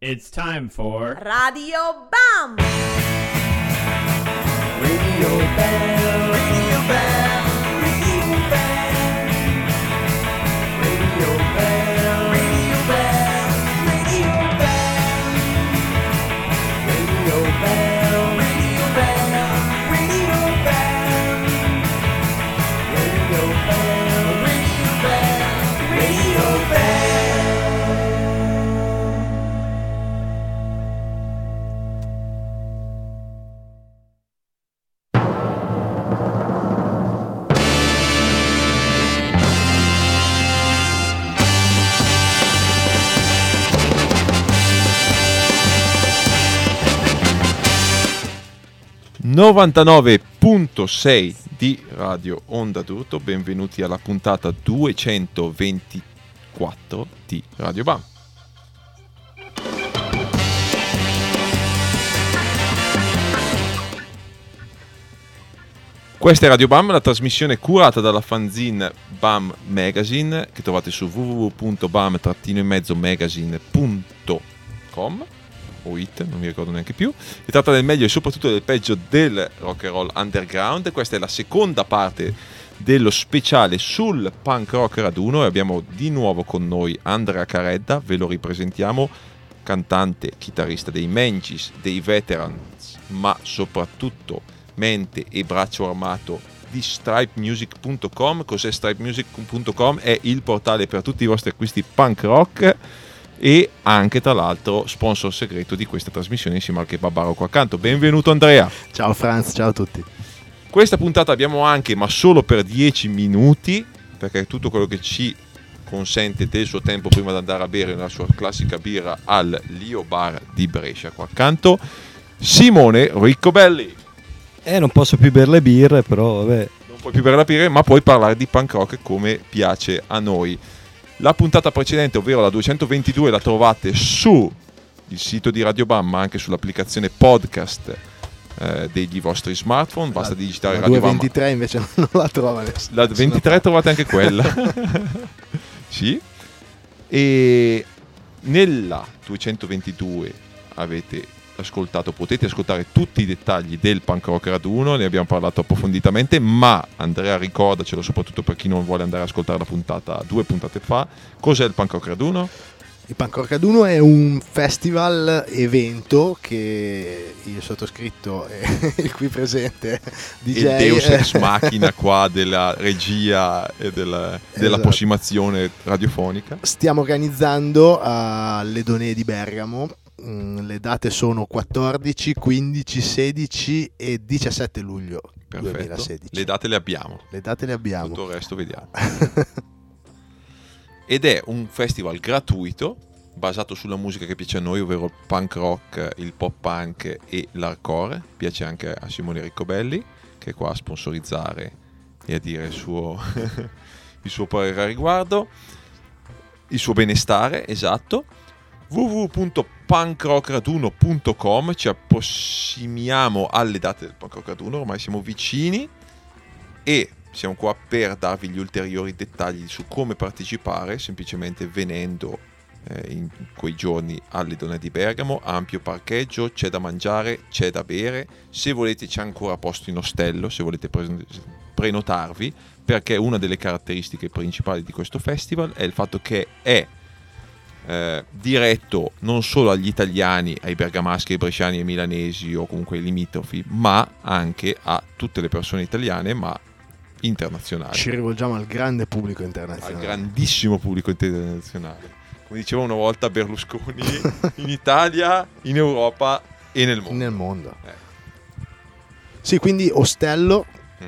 It's time for Radio Bam! Radio Bam, Radio Bam, Radio Bam, Radio Bam, Radio Bam, Radio Bam, Radio Bam, Radio Bam, Radio Bam, Radio Bam, Radio Bam. ...99.6 di Radio Onda d'Urto, benvenuti alla puntata 224 di Radio Bam. Questa è Radio Bam, la trasmissione curata dalla fanzine Bam Magazine, che trovate su www.bam-magazine.com o it, non mi ricordo neanche più. Si tratta del meglio e soprattutto del peggio del rock and roll underground. Questa è la seconda parte dello speciale sul punk rock raduno e abbiamo di nuovo con noi Andrea Caredda, ve lo ripresentiamo, cantante, chitarrista dei Mencis, dei Veterans, ma soprattutto mente e braccio armato di stripemusic.com. Cos'è stripemusic.com? È il portale per tutti i vostri acquisti punk rock e anche tra l'altro sponsor segreto di questa trasmissione insieme al Kebabaro qua accanto. Benvenuto Andrea. Ciao Franz, ciao a tutti. Questa puntata abbiamo anche, ma solo per 10 minuti, perché è tutto quello che ci consente del suo tempo prima di andare a bere la sua classica birra al Lio Bar di Brescia qua accanto, Simone Riccobelli. Non posso più bere le birre, però vabbè. Non puoi più bere la birra, ma puoi parlare di punk rock come piace a noi. La puntata precedente, ovvero la 222, la trovate su il sito di Radio Bam, ma anche sull'applicazione podcast degli vostri smartphone. Basta digitare Radio Bam. La 223 invece non la trova nessuno. La 23 trovate anche quella. Sì. E nella 222 potete ascoltare tutti i dettagli del punk rock raduno, ne abbiamo parlato approfonditamente, ma Andrea ricordacelo soprattutto per chi non vuole andare a ascoltare la puntata 2 puntate fa. Cos'è il punk rock raduno? Il punk rock raduno è un festival evento che il sottoscritto e il qui presente DJ il Deus ex machina qua della regia e dell'approssimazione radiofonica stiamo organizzando alle Donee di Bergamo. Le date sono 14, 15, 16 e 17 luglio. Perfetto. 2016. Le date le abbiamo. Tutto il resto vediamo. Ed è un festival gratuito basato sulla musica che piace a noi, ovvero il punk rock, il pop punk e l'hardcore. Piace anche a Simone Riccobelli, che è qua a sponsorizzare e a dire il suo parere a riguardo, il suo benestare, esatto. www.punkrockraduno.com. Ci approssimiamo alle date del punk rock raduno, ormai siamo vicini e siamo qua per darvi gli ulteriori dettagli su come partecipare, semplicemente venendo in quei giorni alle Donee di Bergamo. Ampio parcheggio, c'è da mangiare, c'è da bere, se volete c'è ancora posto in ostello, se volete prenotarvi, perché una delle caratteristiche principali di questo festival è il fatto che è diretto non solo agli italiani, ai bergamaschi, ai bresciani, ai milanesi o comunque ai limitrofi, ma anche a tutte le persone italiane, ma internazionali. Ci rivolgiamo al grande pubblico internazionale, al grandissimo pubblico internazionale, come diceva una volta Berlusconi, in Italia, in Europa e nel mondo. Sì, quindi ostello.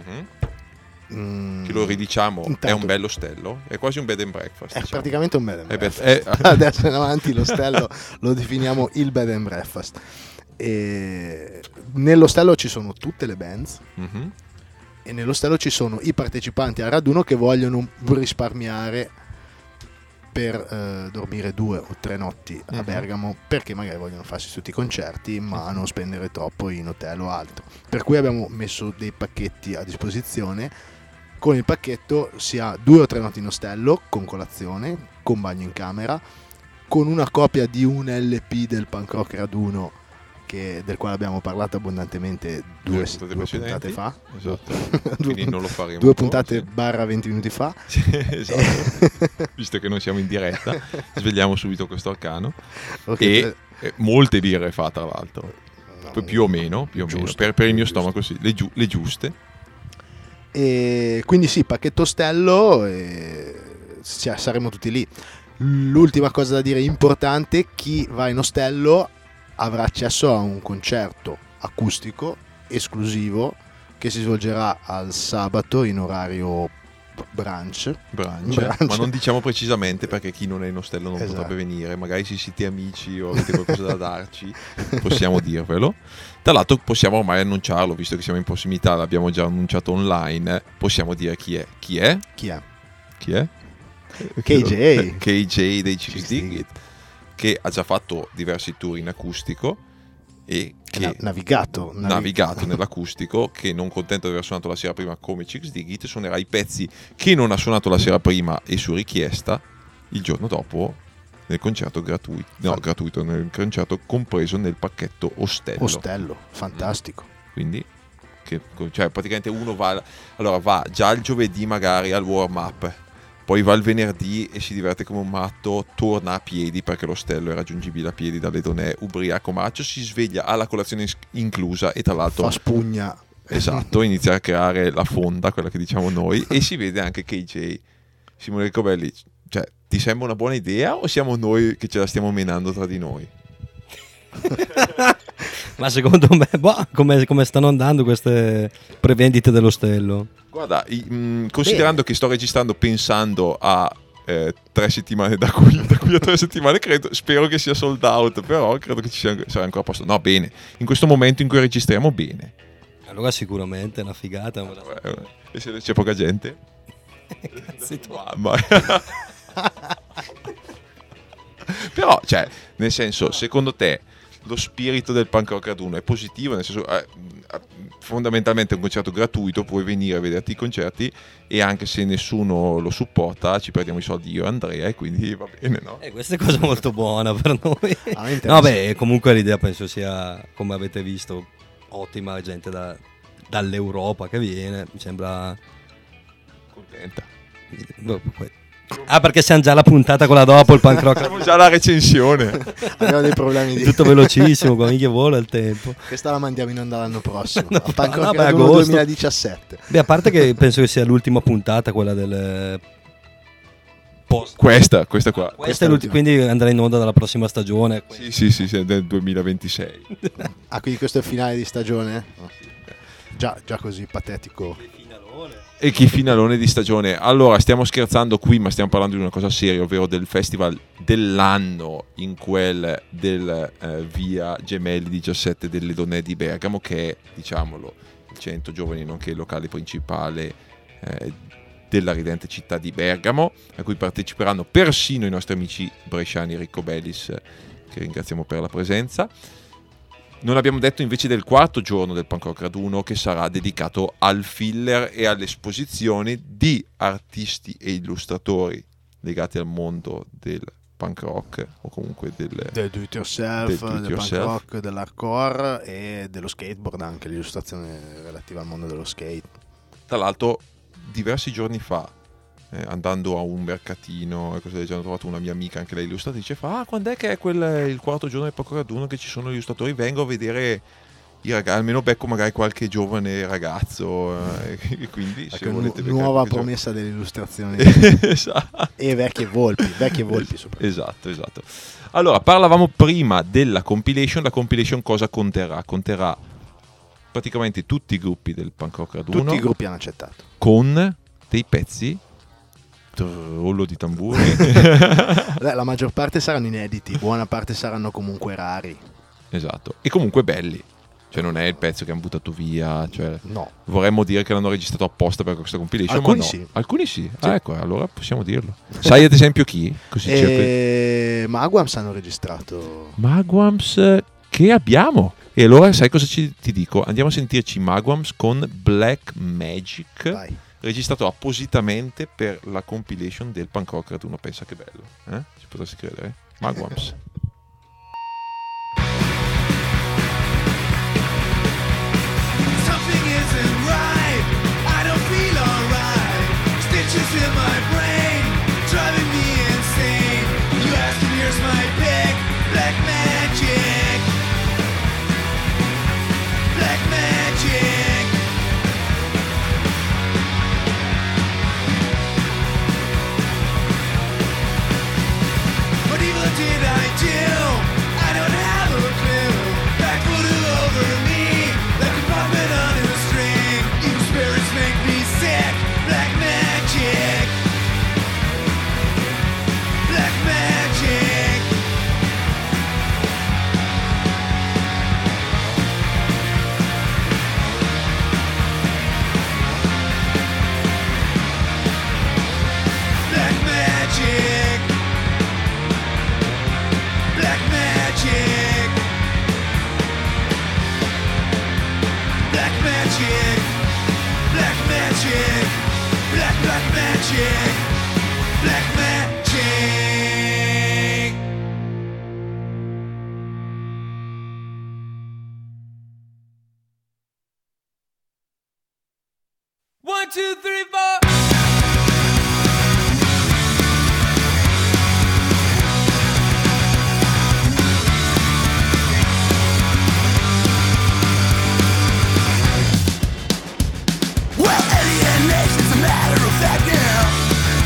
Che lo ridiciamo, intanto, è un bello ostello, è quasi un bed and breakfast, è diciamo. Praticamente un bed and breakfast. Adesso in avanti l'ostello lo definiamo il bed and breakfast. E nell'ostello ci sono tutte le bands, e nell'ostello ci sono i partecipanti al raduno che vogliono risparmiare per dormire 2 o 3 notti a Bergamo, perché magari vogliono farsi tutti i concerti ma non spendere troppo in hotel o altro, per cui abbiamo messo dei pacchetti a disposizione. Con il pacchetto si ha 2 o 3 notti in ostello con colazione, con bagno in camera, con una copia di un LP del Punk Rock Raduno, del quale abbiamo parlato abbondantemente due puntate fa. Esatto. Quindi non lo faremo. 2 puntate barra 20 minuti fa. Sì, esatto. Visto che non siamo in diretta, svegliamo subito questo arcano. Okay. E molte birre fa, tra l'altro. Più o meno. Per il mio stomaco sì, le giuste. E quindi sì, pacchetto Ostello, saremo tutti lì. L'ultima cosa da dire importante: chi va in Ostello avrà accesso a un concerto acustico esclusivo che si svolgerà al sabato in orario brunch. Ma non diciamo precisamente, perché chi non è in Ostello non Esatto. potrebbe venire. Magari se siete amici o avete qualcosa da darci, possiamo dirvelo. Tra l'altro possiamo ormai annunciarlo, visto che siamo in prossimità, l'abbiamo già annunciato online. Possiamo dire chi è? Chi è? KJ dei Chicks Dig It, che ha già fatto diversi tour in acustico e che navigato nell'acustico, che non contento di aver suonato la sera prima come Chicks Dig It, suonerà i pezzi che non ha suonato la sera prima e su richiesta il giorno dopo nel concerto gratuito, nel concerto compreso nel pacchetto Ostello. Fantastico. Quindi cioè praticamente uno va già il giovedì magari al warm up, poi va il venerdì e si diverte come un matto, torna a piedi perché l'Ostello è raggiungibile a piedi dalle Donè, ubriaco marcio, si sveglia alla colazione inclusa e tra l'altro fa spugna. Esatto, inizia a creare la fonda, quella che diciamo noi, e si vede anche KJ. Simone Ricobelli, cioè, ti sembra una buona idea o siamo noi che ce la stiamo menando tra di noi? Ma secondo me, come stanno andando queste prevendite dell'Ostello? Guarda, considerando che sto registrando pensando a 3 settimane da qui a 3 settimane, spero che sia sold out, però credo che sarà ancora a posto. No, bene, in questo momento in cui registriamo, bene. Allora sicuramente è una figata. E se c'è poca gente? Cazzi tu. Mamma. Però, cioè, nel senso, secondo te lo spirito del Punk Rock Raduno è positivo? Nel senso, fondamentalmente è un concerto gratuito, puoi venire a vederti i concerti e anche se nessuno lo supporta ci perdiamo i soldi io e Andrea, e quindi va bene, no? Questa è cosa molto buona per noi. No, comunque l'idea penso sia, come avete visto, ottima. Gente dall'Europa che viene, mi sembra Contenta. Perché siamo già alla puntata quella dopo il Punk Rock. Siamo già alla recensione. Abbiamo dei problemi Tutto velocissimo, come che vuole il tempo. Questa la mandiamo in onda l'anno prossimo. No, a Punk Rock no, Raduno agosto. 2017. A parte che penso che sia l'ultima puntata, quella del post. Questa qua. Questa è l'ultima, quindi andrà in onda dalla prossima stagione. Sì, del 2026. Quindi questo è il finale di stagione? No. Già così patetico. E che finalone di stagione. Allora, stiamo scherzando qui, ma stiamo parlando di una cosa seria, ovvero del festival dell'anno, in quel del via Gemelli 17 delle Donè di Bergamo, che è, diciamolo, il centro giovani nonché il locale principale della ridente città di Bergamo, a cui parteciperanno persino i nostri amici bresciani Ricobellis, che ringraziamo per la presenza. Non abbiamo detto invece del quarto giorno del Punk Rock Raduno, che sarà dedicato al filler e all'esposizione di artisti e illustratori legati al mondo del punk rock o comunque del do it yourself, del punk rock, dell'hardcore e dello skateboard, anche l'illustrazione relativa al mondo dello skate. Tra l'altro diversi giorni fa, andando a un mercatino e cose del genere, ho trovato una mia amica, anche lei illustratrice, quando è che è il quarto giorno del Punk Rock Raduno che ci sono gli illustratori? Vengo a vedere i ragazzi, almeno becco magari qualche giovane ragazzo, e quindi se volete nuova promessa dell'illustrazione. Esatto. E vecchie volpi soprattutto. Esatto. Allora, parlavamo prima della compilation. La compilation cosa conterrà? Conterrà praticamente tutti i gruppi del Punk Rock Raduno. Tutti i gruppi hanno accettato. Con dei pezzi, rullo di tamburi. La maggior parte saranno inediti, buona parte saranno comunque rari. Esatto. E comunque belli. Cioè non è il pezzo che hanno buttato via, cioè no. Vorremmo dire che l'hanno registrato apposta per questa compilation, Alcuni ma no. sì. Alcuni sì. Ecco, allora possiamo dirlo. Sai ad esempio chi? Così Magwams hanno registrato. Magwams che abbiamo. E allora sai cosa ti dico? Andiamo a sentirci Magwams con Black Magic. Vai. Registrato appositamente per la compilation del Punk Rock Raduno. Pensa che bello, ci potresti credere? Magwams. Something isn't right. I don't feel alright. Stitches in my brain, driving me insane. You ask and here's my pick. Black magic. Black magic. What evil did I do? I don't have a clue. Back voodoo over me, like a puppet on a string. Evil spirits make me sick. Black magic. Black magic. Black magic. Black magic. Black magic. Black magic. Black magic. Black magic. One, two, three, four. Well, alienation's a matter of fact now.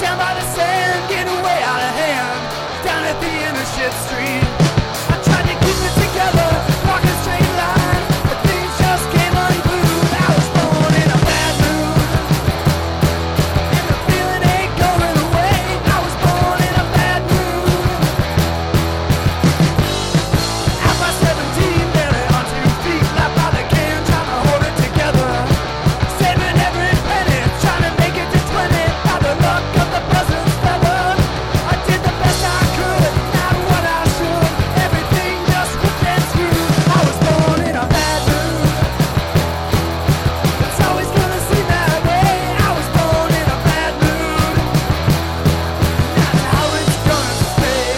down by the sand, getting way out of hand, down at the end of shit street. I tried to keep it together, walk a straight line, but things just came unglued. I was born in a bad mood, and the feeling ain't going away. I was born in a bad mood. At my 17, barely on 2 feet, left by the can, trying to hold it together, saving every penny, trying to make it to 20. By the luck of the president's feather, I did the best I could, not what I should. Everything just went and screwed. I was born in a bad mood. It's always gonna seem that way. I was born in a bad mood. That's how it's gonna stay.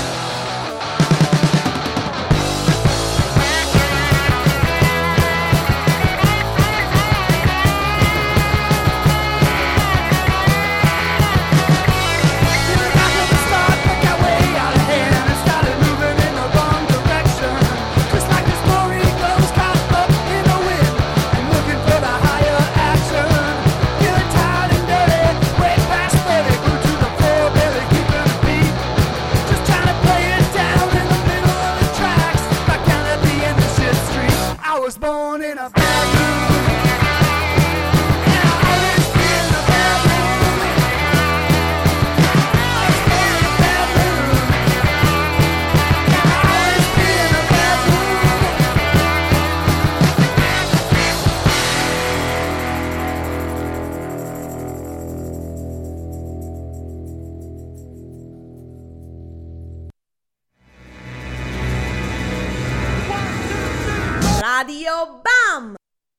Feeling back at the start, but got way out of hand and started moving in the wrong direction. Just like the story goes, caught up in the wind and looking for the higher action. Feeling tired and dirty, way past 30, glued to the floor, barely keeping a beat. Just trying to play it down in the middle of the tracks, back down at the end of shit street. I was born in a bad mood. And I always be in a bad mood. I was born in a bad mood. And I always be in a bad mood. Radio Bam!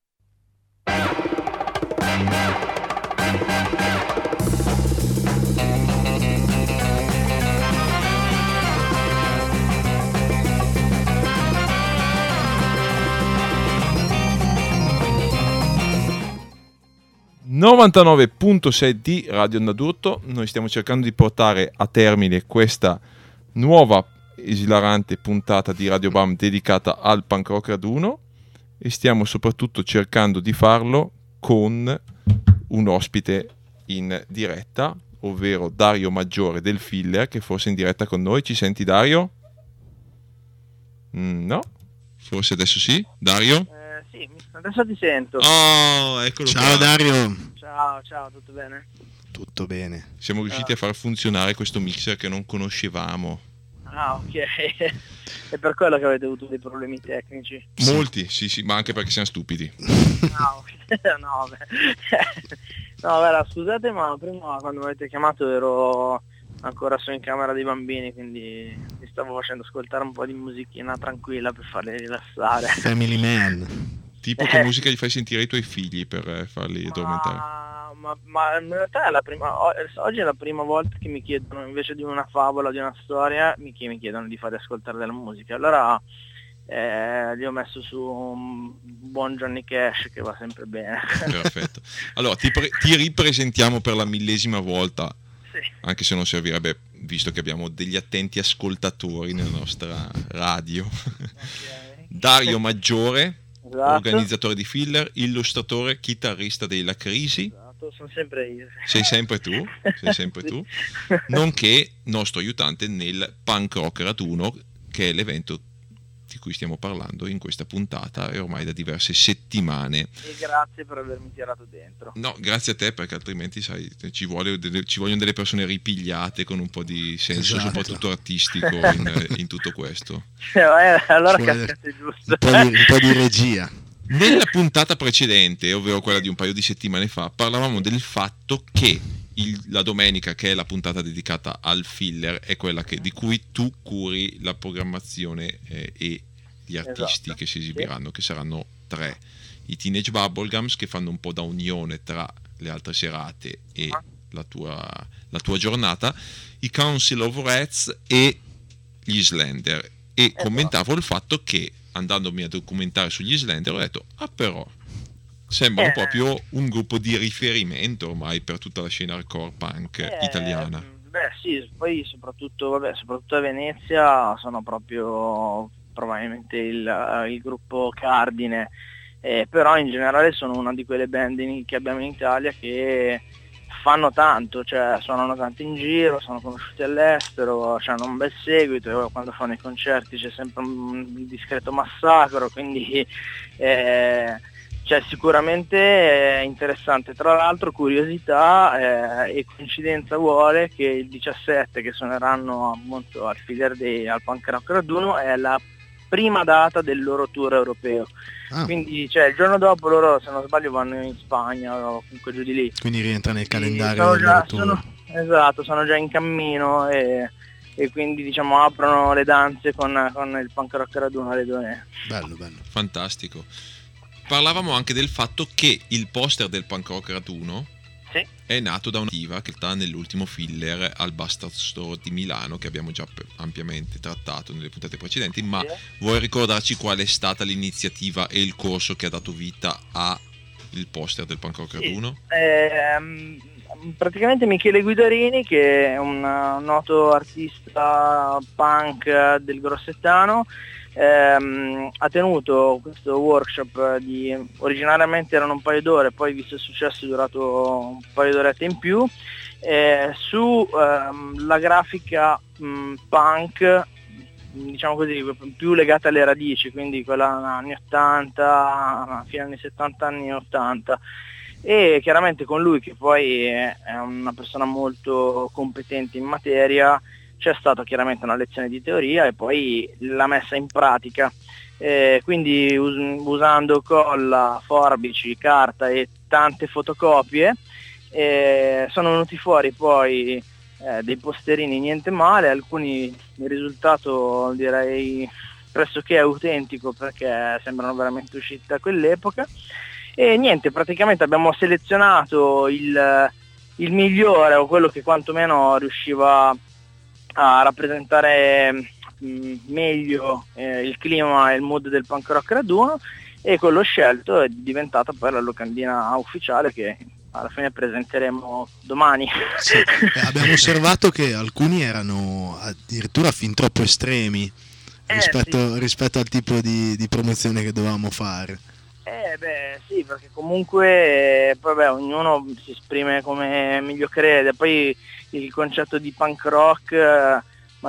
...99.6 di Radio Onda d'Urto. Noi stiamo cercando di portare a termine questa nuova esilarante puntata di Radio Bam dedicata al punk rock raduno, e stiamo soprattutto cercando di farlo con un ospite in diretta, ovvero Dario Maggiore del Filler, che forse è in diretta con noi. Ci senti, Dario? No? Forse adesso sì? Dario? Sì, adesso ti sento. Oh, eccolo Ciao qua. Dario. Ciao, tutto bene? Tutto bene. Siamo riusciti a far funzionare questo mixer che non conoscevamo. Ah, ok. È per quello che avete avuto dei problemi tecnici. Molti, sì, ma anche perché siamo stupidi. Ah, ok. No, beh. No, guarda, scusate, ma prima quando mi avete chiamato ero ancora su in camera dei bambini, quindi mi stavo facendo ascoltare un po' di musichina tranquilla per farli rilassare. Family Man. Tipo che musica gli fai sentire ai tuoi figli per farli addormentare? Ma in realtà è oggi è la prima volta che mi chiedono, invece di una favola, di una storia, mi chiedono di fare ascoltare della musica. Allora gli ho messo su un buon Johnny Cash, che va sempre bene. Perfetto. Allora ti ripresentiamo per la 1000ª volta, Sì. anche se non servirebbe, visto che abbiamo degli attenti ascoltatori nella nostra radio. Ok. Dario Maggiore, Esatto. organizzatore di Filler, illustratore, chitarrista dei La Crisi. Esatto, sono sempre io. Sei sempre tu, nonché nostro aiutante nel Punk Rock Raduno, che è l'evento di cui stiamo parlando in questa puntata e ormai da diverse settimane. E grazie per avermi tirato dentro. No, grazie a te, perché altrimenti sai, ci vogliono delle persone ripigliate con un po' di senso, Esatto. soprattutto artistico in tutto questo. Allora Ci vuole cascate giusto. un po' di regia. Nella puntata precedente, ovvero quella di un paio di settimane fa, parlavamo del fatto che la domenica, che è la puntata dedicata al Filler, è quella di cui tu curi la programmazione e gli artisti Esatto. che si esibiranno, che saranno 3. I Teenage Bubblegums, che fanno un po' da unione tra le altre serate e la tua giornata, i Council of Rats e gli Slender. E commentavo il fatto che, andandomi a documentare sugli Slender, ho detto, però sembrano proprio un gruppo di riferimento ormai per tutta la scena hardcore punk italiana. Beh sì, poi soprattutto a Venezia sono proprio probabilmente il gruppo cardine, però in generale sono una di quelle band che abbiamo in Italia che fanno tanto, cioè suonano tanto in giro, sono conosciuti all'estero, hanno un bel seguito, quando fanno i concerti c'è sempre un discreto massacro, quindi cioè, sicuramente è interessante. Tra l'altro, curiosità e coincidenza vuole che il 17, che suoneranno appunto al Filier Day al Punk Rock Raduno, è la prima data del loro tour europeo. Quindi cioè, il giorno dopo loro, se non sbaglio, vanno in Spagna o comunque giù di lì. Quindi rientra nel calendario del loro tour. Esatto, sono già in cammino e quindi diciamo aprono le danze con il Punk Rock Raduno alle Donne. Bello. Fantastico. Parlavamo anche del fatto che il poster del Punk Rock Raduno è nato da un'iniziativa che sta nell'ultimo filler al Bastard Store di Milano, che abbiamo già ampiamente trattato nelle puntate precedenti, ma vuoi ricordarci qual è stata l'iniziativa e il corso che ha dato vita al poster del Punk Rock Raduno? Praticamente Michele Guidarini, che è un noto artista punk del Grossettano, ha tenuto questo workshop originariamente erano un paio d'ore, poi visto il successo è durato un paio d'orette in più, su la grafica punk, diciamo così, più legata alle radici, quindi quella anni 80, fine anni 70, anni 80. E chiaramente con lui, che poi è una persona molto competente in materia, c'è stata chiaramente una lezione di teoria e poi la messa in pratica, quindi usando colla, forbici, carta e tante fotocopie sono venuti fuori poi dei posterini niente male, alcuni il risultato direi pressoché autentico, perché sembrano veramente usciti da quell'epoca. E niente, praticamente abbiamo selezionato il migliore, o quello che quantomeno riusciva a rappresentare meglio il clima e il mood del Punk Rock Raduno, e quello scelto è diventata poi la locandina ufficiale che alla fine presenteremo domani. Sì, abbiamo osservato che alcuni erano addirittura fin troppo estremi rispetto al tipo di promozione che dovevamo fare. Sì, perché comunque ognuno si esprime come meglio crede, poi il concetto di punk rock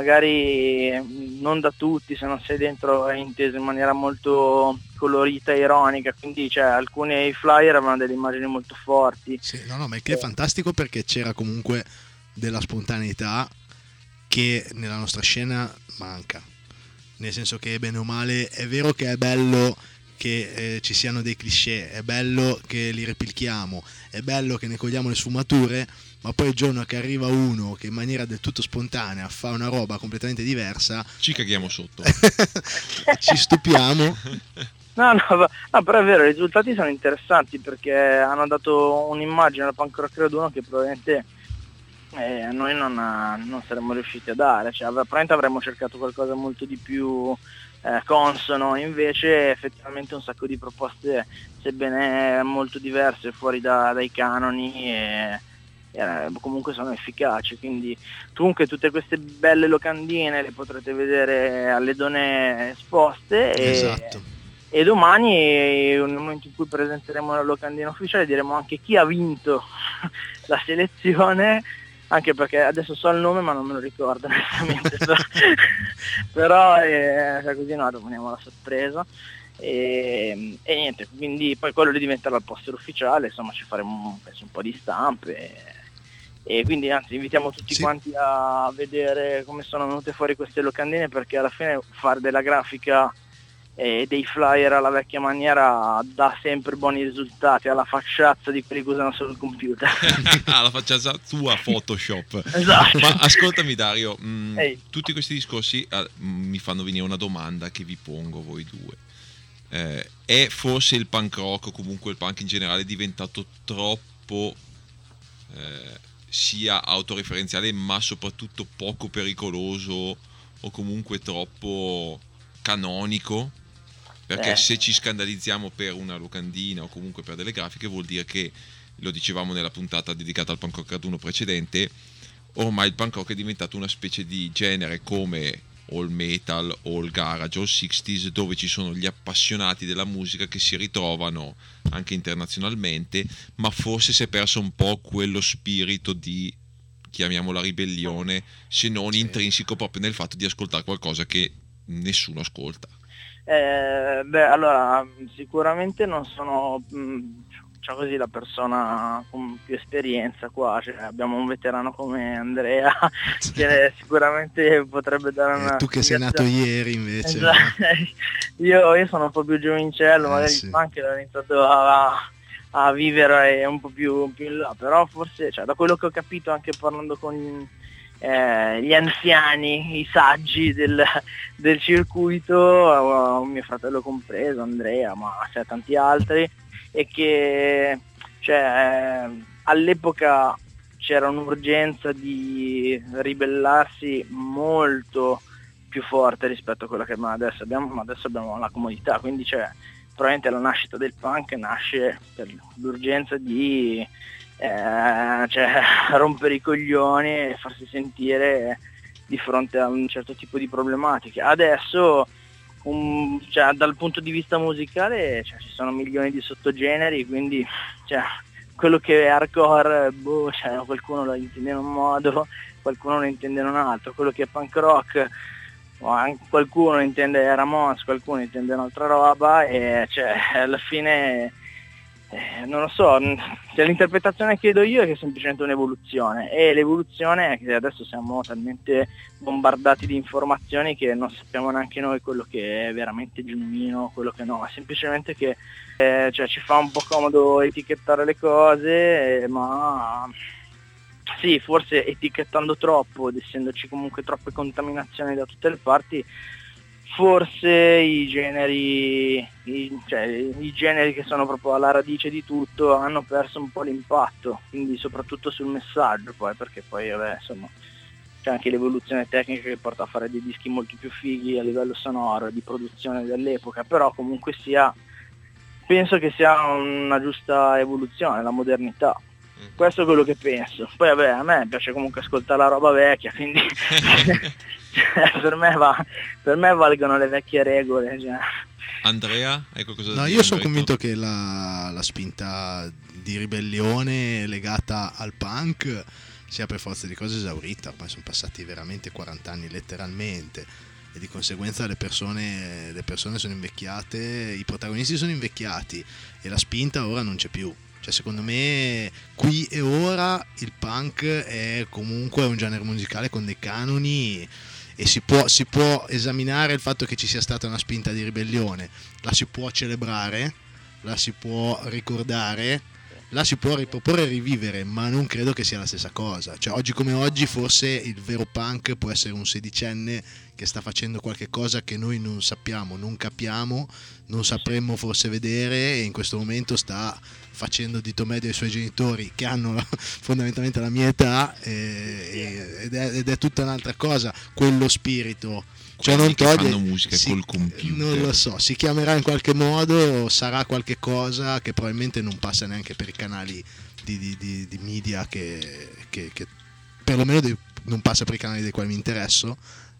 magari non da tutti, se non sei dentro, è inteso in maniera molto colorita e ironica, quindi alcuni flyer avevano delle immagini molto forti. Sì, ma è che è fantastico, perché c'era comunque della spontaneità che nella nostra scena manca, nel senso che bene o male è vero che è bello che ci siano dei cliché, è bello che li replicchiamo, è bello che ne cogliamo le sfumature, ma poi il giorno che arriva uno che in maniera del tutto spontanea fa una roba completamente diversa, ci caghiamo sotto. Ci stupiamo. No, però è vero, i risultati sono interessanti, perché hanno dato un'immagine al Punk Rock Raduno che probabilmente noi non saremmo riusciti a dare, probabilmente avremmo cercato qualcosa molto di più consono, invece effettivamente un sacco di proposte, sebbene molto diverse, fuori dai canoni, e comunque sono efficaci. Quindi comunque tutte queste belle locandine le potrete vedere alle Donne esposte, Esatto. E domani, nel momento in cui presenteremo la locandina ufficiale, diremo anche chi ha vinto la selezione, anche perché adesso so il nome ma non me lo ricordo onestamente. Però così rimaniamo alla sorpresa, e niente, quindi poi quello diventerà il poster ufficiale, insomma ci faremo penso un po' di stampe, e quindi anzi invitiamo tutti quanti a vedere come sono venute fuori queste locandine, perché alla fine fare della grafica e dei flyer alla vecchia maniera dà sempre buoni risultati, alla facciazza di quelli che usano solo il computer. La facciazza tua Photoshop. Esatto. Ma ascoltami Dario, tutti questi discorsi mi fanno venire una domanda che vi pongo voi due. È forse il punk rock, o comunque il punk in generale, diventato troppo sia autoreferenziale ma soprattutto poco pericoloso, o comunque troppo canonico? Perché se ci scandalizziamo per una locandina o comunque per delle grafiche, vuol dire che, lo dicevamo nella puntata dedicata al punk rock raduno precedente, ormai il punk rock è diventato una specie di genere come all metal, all garage, all 60s, dove ci sono gli appassionati della musica che si ritrovano anche internazionalmente, ma forse si è perso un po' quello spirito di, chiamiamola ribellione, se non intrinseco proprio nel fatto di ascoltare qualcosa che nessuno ascolta. Allora, sicuramente non sono diciamo così la persona con più esperienza qua, cioè, abbiamo un veterano come Andrea che sicuramente potrebbe dare una tu che sei nato ieri invece. Esatto. Io sono un po' più giovincello, magari sì. anche ho iniziato a vivere un po' più in là, però forse, cioè, da quello che ho capito anche parlando con gli anziani, i saggi del circuito, mio fratello compreso, Andrea, ma c'è tanti altri, e che cioè, all'epoca c'era un'urgenza di ribellarsi molto più forte rispetto a quella che adesso abbiamo, ma adesso abbiamo la comodità, quindi probabilmente la nascita del punk nasce per l'urgenza di rompere i coglioni e farsi sentire di fronte a un certo tipo di problematiche. Adesso dal punto di vista musicale ci sono milioni di sottogeneri, quindi quello che è hardcore, qualcuno lo intende in un modo, qualcuno lo intende in un altro, quello che è punk rock, qualcuno intende Ramones, qualcuno intende un'altra roba, e alla fine non lo so, l'interpretazione che do io è che è semplicemente un'evoluzione, e l'evoluzione è che adesso siamo talmente bombardati di informazioni che non sappiamo neanche noi quello che è veramente genuino, quello che no, è semplicemente che ci fa un po' comodo etichettare le cose, ma sì, forse etichettando troppo ed essendoci comunque troppe contaminazioni da tutte le parti, forse i generi che sono proprio alla radice di tutto hanno perso un po' l'impatto, quindi soprattutto sul messaggio, poi perché poi insomma c'è anche l'evoluzione tecnica che porta a fare dei dischi molto più fighi a livello sonoro e di produzione dell'epoca, però comunque penso che sia una giusta evoluzione, la modernità. Questo è quello che penso. Poi a me piace comunque ascoltare la roba vecchia, quindi per me valgono le vecchie regole. Andrea, hai qualcosa da No, dire? io sono convinto che la spinta di ribellione legata al punk sia per forza di cose esaurita. Ormai sono passati veramente 40 anni letteralmente, e di conseguenza le persone sono invecchiate, i protagonisti sono invecchiati e la spinta ora non c'è più. Cioè, secondo me qui e ora il punk è comunque un genere musicale con dei canoni, e si può esaminare il fatto che ci sia stata una spinta di ribellione, la si può celebrare, la si può ricordare, la si può riproporre e rivivere, ma non credo che sia la stessa cosa. Cioè, oggi come oggi forse il vero punk può essere un sedicenne che sta facendo qualche cosa che noi non sappiamo, non capiamo, non sapremmo forse vedere, e in questo momento sta facendo dito medio ai suoi genitori che hanno fondamentalmente la mia età, ed è tutta un'altra cosa quello spirito. Cioè, non toglie, fanno musica col computer. Non lo so, si chiamerà in qualche modo, sarà qualche cosa che probabilmente non passa neanche per i canali di media che perlomeno non passa per i canali dei quali mi interesso,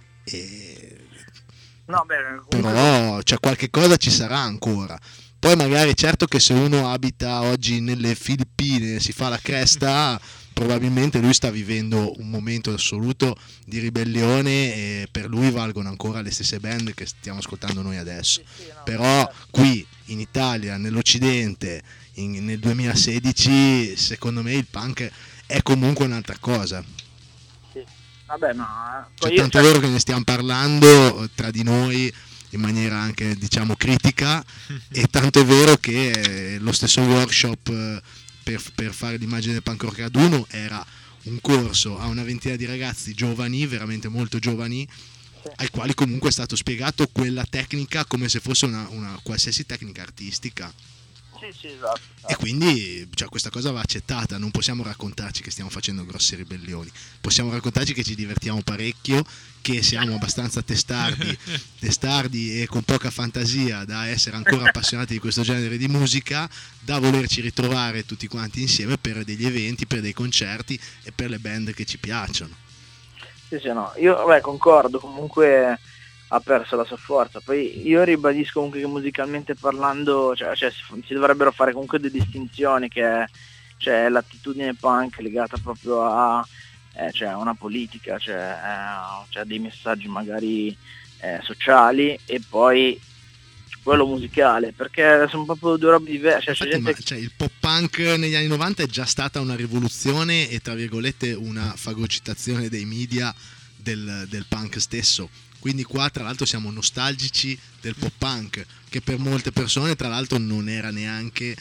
però cioè, qualche cosa ci sarà ancora. Poi magari certo che se uno abita oggi nelle Filippine, si fa la cresta, probabilmente lui sta vivendo un momento assoluto di ribellione, e per lui valgono ancora le stesse band che stiamo ascoltando noi adesso. Però qui in Italia, nell'Occidente, nel 2016, secondo me il punk è comunque un'altra cosa. Sì. Vabbè, ma cioè, tanto è vero che ne stiamo parlando tra di noi in maniera anche, diciamo, critica, e tanto è vero che lo stesso workshop per fare l'immagine del punk rock raduno era un corso a una ventina di ragazzi giovani, veramente molto giovani, ai quali comunque è stato spiegato quella tecnica come se fosse una qualsiasi tecnica artistica. Sì, esatto. E quindi, cioè, questa cosa va accettata. Non possiamo raccontarci che stiamo facendo grosse ribellioni, possiamo raccontarci che ci divertiamo parecchio, che siamo abbastanza testardi e con poca fantasia da essere ancora appassionati di questo genere di musica, da volerci ritrovare tutti quanti insieme per degli eventi, per dei concerti e per le band che ci piacciono. Sì, no, io concordo, comunque ha perso la sua forza. Poi io ribadisco comunque che musicalmente parlando, cioè si dovrebbero fare comunque delle distinzioni, che c'è l'attitudine punk legata proprio a una politica, c'è dei messaggi magari sociali, e poi quello musicale, perché sono proprio due robe diverse. Il pop punk negli anni 90 è già stata una rivoluzione e tra virgolette una fagocitazione dei media del punk stesso. Quindi qua tra l'altro siamo nostalgici del pop punk, che per molte persone tra l'altro non era neanche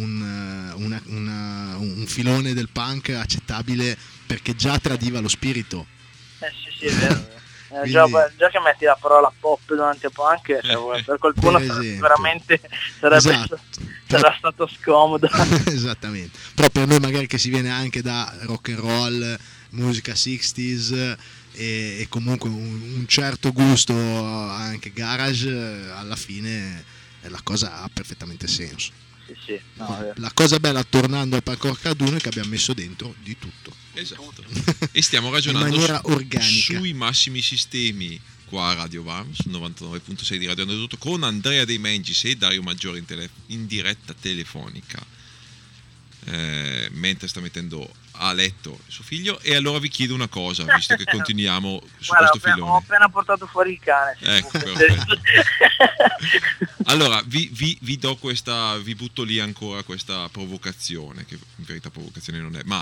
un filone del punk accettabile, perché già tradiva lo spirito. Sì, è vero. Quindi... già che metti la parola pop davanti a punk, per qualcuno veramente sarà stato scomodo. Esattamente. Però per noi magari che si viene anche da rock and roll, musica 60s e comunque un certo gusto anche garage, alla fine la cosa ha perfettamente senso. Sì. No, la cosa bella, tornando al Punk Rock Raduno, è che abbiamo messo dentro di tutto. Esatto. E stiamo ragionando in maniera organica sui massimi sistemi qua a Radio BAM, sul 99.6 di Radio Aneddoto, con Andrea De Mengis e Dario Maggiore in diretta telefonica, mentre sta mettendo a letto suo figlio. E allora vi chiedo una cosa, visto che continuiamo su questo filone. Ho appena portato fuori il cane. Ecco, perfetto. Allora vi do questa, vi butto lì ancora questa provocazione, che in verità provocazione non è, ma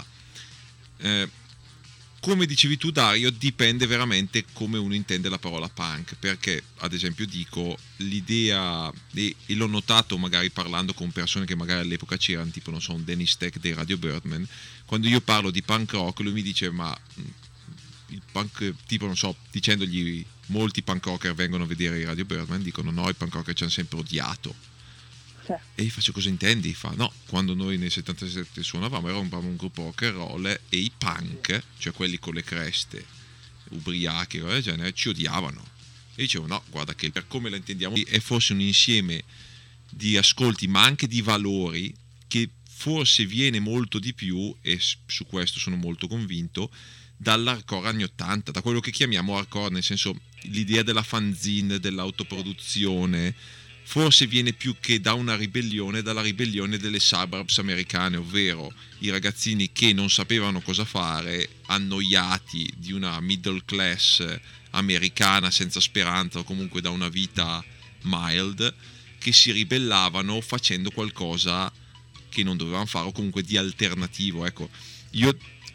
come dicevi tu, Dario, dipende veramente come uno intende la parola punk, perché ad esempio dico l'idea, e l'ho notato magari parlando con persone che magari all'epoca c'erano, tipo non so, un Dennis Tech dei Radio Birdman, quando io parlo di punk rock lui mi dice ma il punk, tipo non so, dicendogli molti punk rocker vengono a vedere i Radio Birdman, dicono no, i punk rocker ci hanno sempre odiato. E gli faccio cosa intendi? Fa no, quando noi nel 77 suonavamo eravamo un gruppo rock and roll e i punk, cioè quelli con le creste ubriachi o del genere, ci odiavano. E dicevo no, guarda che per come la intendiamo è forse un insieme di ascolti ma anche di valori che forse viene molto di più, e su questo sono molto convinto, dall'hardcore anni 80, da quello che chiamiamo hardcore, nel senso l'idea della fanzine, dell'autoproduzione, forse viene più che da una ribellione, dalla ribellione delle suburbs americane, ovvero i ragazzini che non sapevano cosa fare, annoiati di una middle class americana senza speranza o comunque da una vita mild, che si ribellavano facendo qualcosa che non dovevano fare o comunque di alternativo. Ecco, io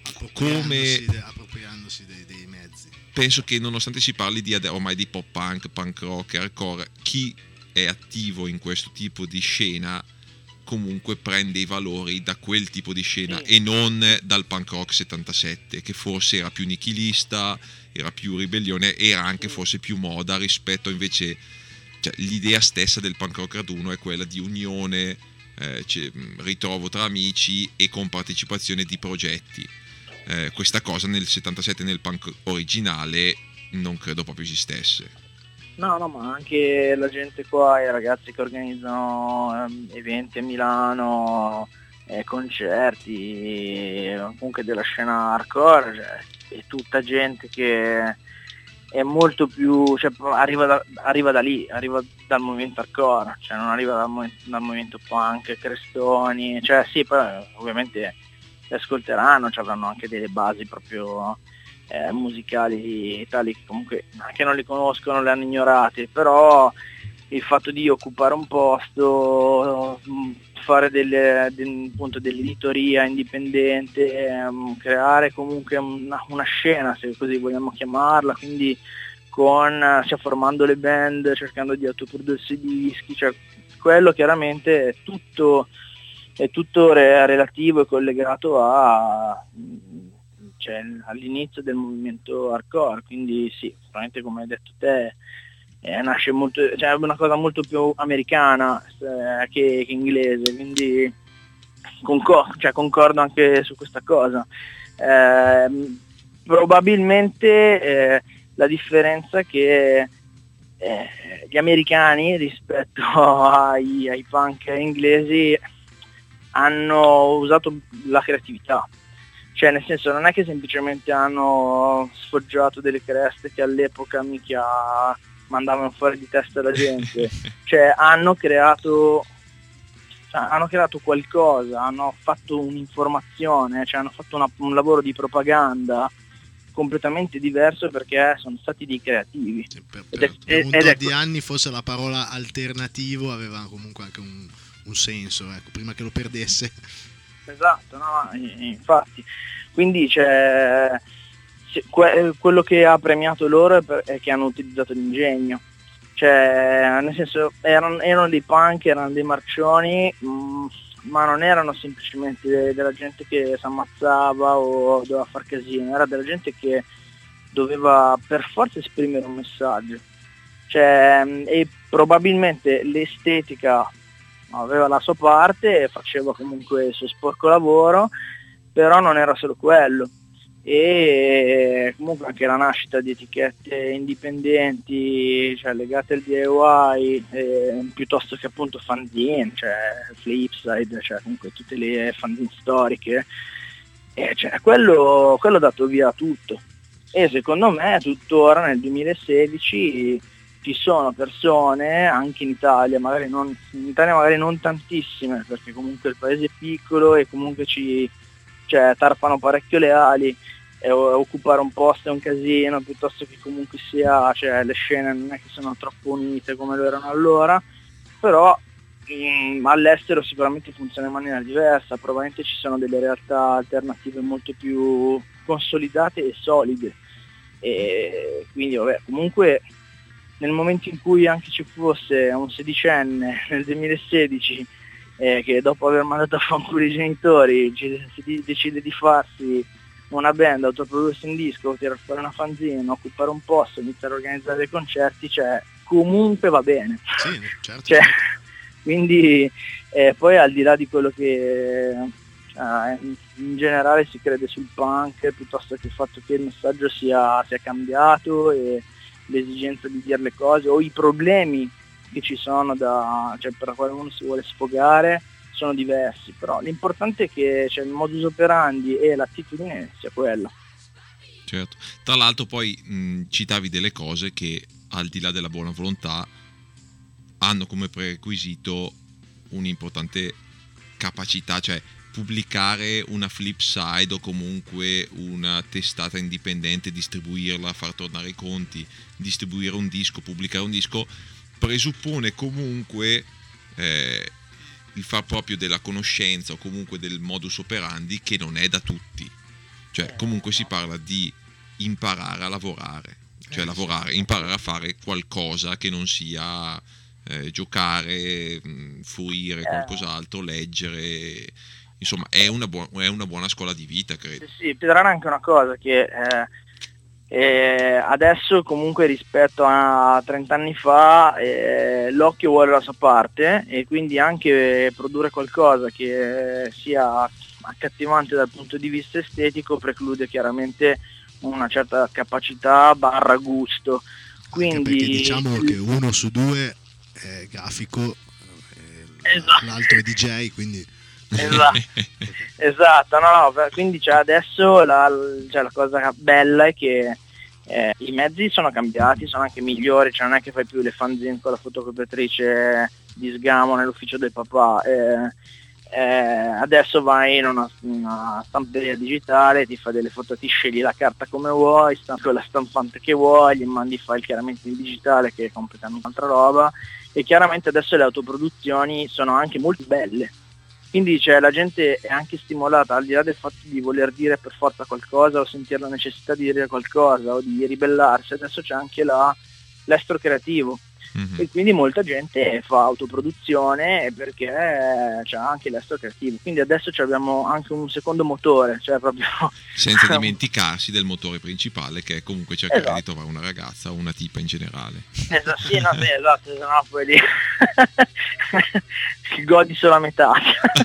appropriandosi dei mezzi, penso che nonostante si parli ormai di pop punk, punk rock, hardcore, chi è attivo in questo tipo di scena comunque prende i valori da quel tipo di scena, e non dal punk rock 77, che forse era più nichilista, era più ribellione, era anche forse più moda rispetto invece, cioè, l'idea stessa del punk rock raduno è quella di unione, ritrovo tra amici e con partecipazione di progetti. Questa cosa nel 77 nel punk originale non credo proprio esistesse. No, ma anche la gente qua, i ragazzi che organizzano eventi a Milano, concerti, comunque della scena hardcore, cioè, è tutta gente che è molto più, cioè, arriva da lì, arriva dal movimento hardcore, cioè non arriva dal movimento punk, crestoni, cioè sì, poi ovviamente li ascolteranno, cioè, avranno anche delle basi proprio musicali tali che comunque anche non li conoscono, le hanno ignorati, però il fatto di occupare un posto, fare appunto dell'editoria indipendente, creare comunque una scena, se così vogliamo chiamarla, quindi sia formando le band, cercando di autoprodursi dischi, cioè quello chiaramente è tutto relativo e collegato all'inizio del movimento hardcore, quindi sì, sicuramente come hai detto te nasce molto, cioè è una cosa molto più americana che inglese, quindi concordo anche su questa cosa. Probabilmente la differenza è che gli americani rispetto ai punk inglesi hanno usato la creatività, Cioè, nel senso, non è che semplicemente hanno sfoggiato delle creste che all'epoca mica mandavano fuori di testa la gente. Cioè, hanno creato qualcosa, hanno fatto un'informazione, cioè hanno fatto un lavoro di propaganda completamente diverso, perché sono stati dei creativi. Sì, per un ed tot di anni forse la parola alternativo aveva comunque anche un senso, ecco, prima che lo perdesse. Esatto, no, infatti. Quindi quello che ha premiato loro è che hanno utilizzato l'ingegno. Cioè, nel senso, erano dei punk, erano dei marcioni, ma non erano semplicemente della gente che si ammazzava o doveva far casino, era della gente che doveva per forza esprimere un messaggio. Cioè, e probabilmente l'estetica aveva la sua parte, faceva comunque il suo sporco lavoro, però non era solo quello. E comunque anche la nascita di etichette indipendenti, cioè legate al DIY, piuttosto che appunto fanzine, cioè Flipside, cioè comunque tutte le fanzine storiche, cioè quello ha dato via a tutto. E secondo me tuttora nel 2016 ci sono persone, anche in Italia magari non tantissime, perché comunque il paese è piccolo e comunque tarpano parecchio le ali, e occupare un posto è un casino, piuttosto che comunque sia, cioè le scene non è che sono troppo unite come lo erano allora, però all'estero sicuramente funziona in maniera diversa, probabilmente ci sono delle realtà alternative molto più consolidate e solide, e quindi vabbè, comunque nel momento in cui anche ci fosse un sedicenne nel 2016 che dopo aver mandato a fanculo i genitori decide di farsi una band, autoprodursi un disco, tirare fuori una fanzine, occupare un posto, iniziare a organizzare dei concerti, cioè comunque va bene. Sì, certo. Cioè, quindi poi al di là di quello che in generale si crede sul punk, piuttosto che il fatto che il messaggio sia cambiato e l'esigenza di dire le cose o i problemi che ci sono per la quale uno si vuole sfogare sono diversi, però l'importante è che il modus operandi e l'attitudine sia quella. Certo. Tra l'altro poi citavi delle cose che al di là della buona volontà hanno come prerequisito un'importante capacità, cioè pubblicare una Flipside o comunque una testata indipendente, distribuirla, far tornare i conti, distribuire un disco, pubblicare un disco, presuppone comunque il far proprio della conoscenza o comunque del modus operandi che non è da tutti. Cioè comunque si parla di imparare a lavorare, cioè imparare a fare qualcosa che non sia giocare, fruire qualcos'altro, leggere, insomma è una buona scuola di vita, credo. Sì, però anche una cosa che adesso comunque rispetto a 30 anni fa l'occhio vuole la sua parte, e quindi anche produrre qualcosa che sia accattivante dal punto di vista estetico preclude chiaramente una certa capacità / gusto. Quindi perché diciamo che 1 su 2 è grafico, esatto. L'altro è DJ, quindi esatto, no, quindi adesso la cosa bella è che i mezzi sono cambiati, sono anche migliori, cioè non è che fai più le fanzine con la fotocopiatrice di sgamo nell'ufficio del papà, adesso vai in una stamperia digitale, ti fa delle foto, ti scegli la carta come vuoi, con la stampante che vuoi, gli mandi il file chiaramente in digitale che è completamente un'altra roba, e chiaramente adesso le autoproduzioni sono anche molto belle. Quindi la gente è anche stimolata, al di là del fatto di voler dire per forza qualcosa o sentire la necessità di dire qualcosa o di ribellarsi, adesso c'è anche l'estro creativo. Mm-hmm. E quindi molta gente fa autoproduzione perché c'è anche l'estro creativo. Quindi adesso abbiamo anche un secondo motore, cioè proprio senza dimenticarsi del motore principale, che è comunque cercare di trovare una ragazza o una tipa in generale. Esatto, sì, esatto, sennò poi lì si godi solo a metà.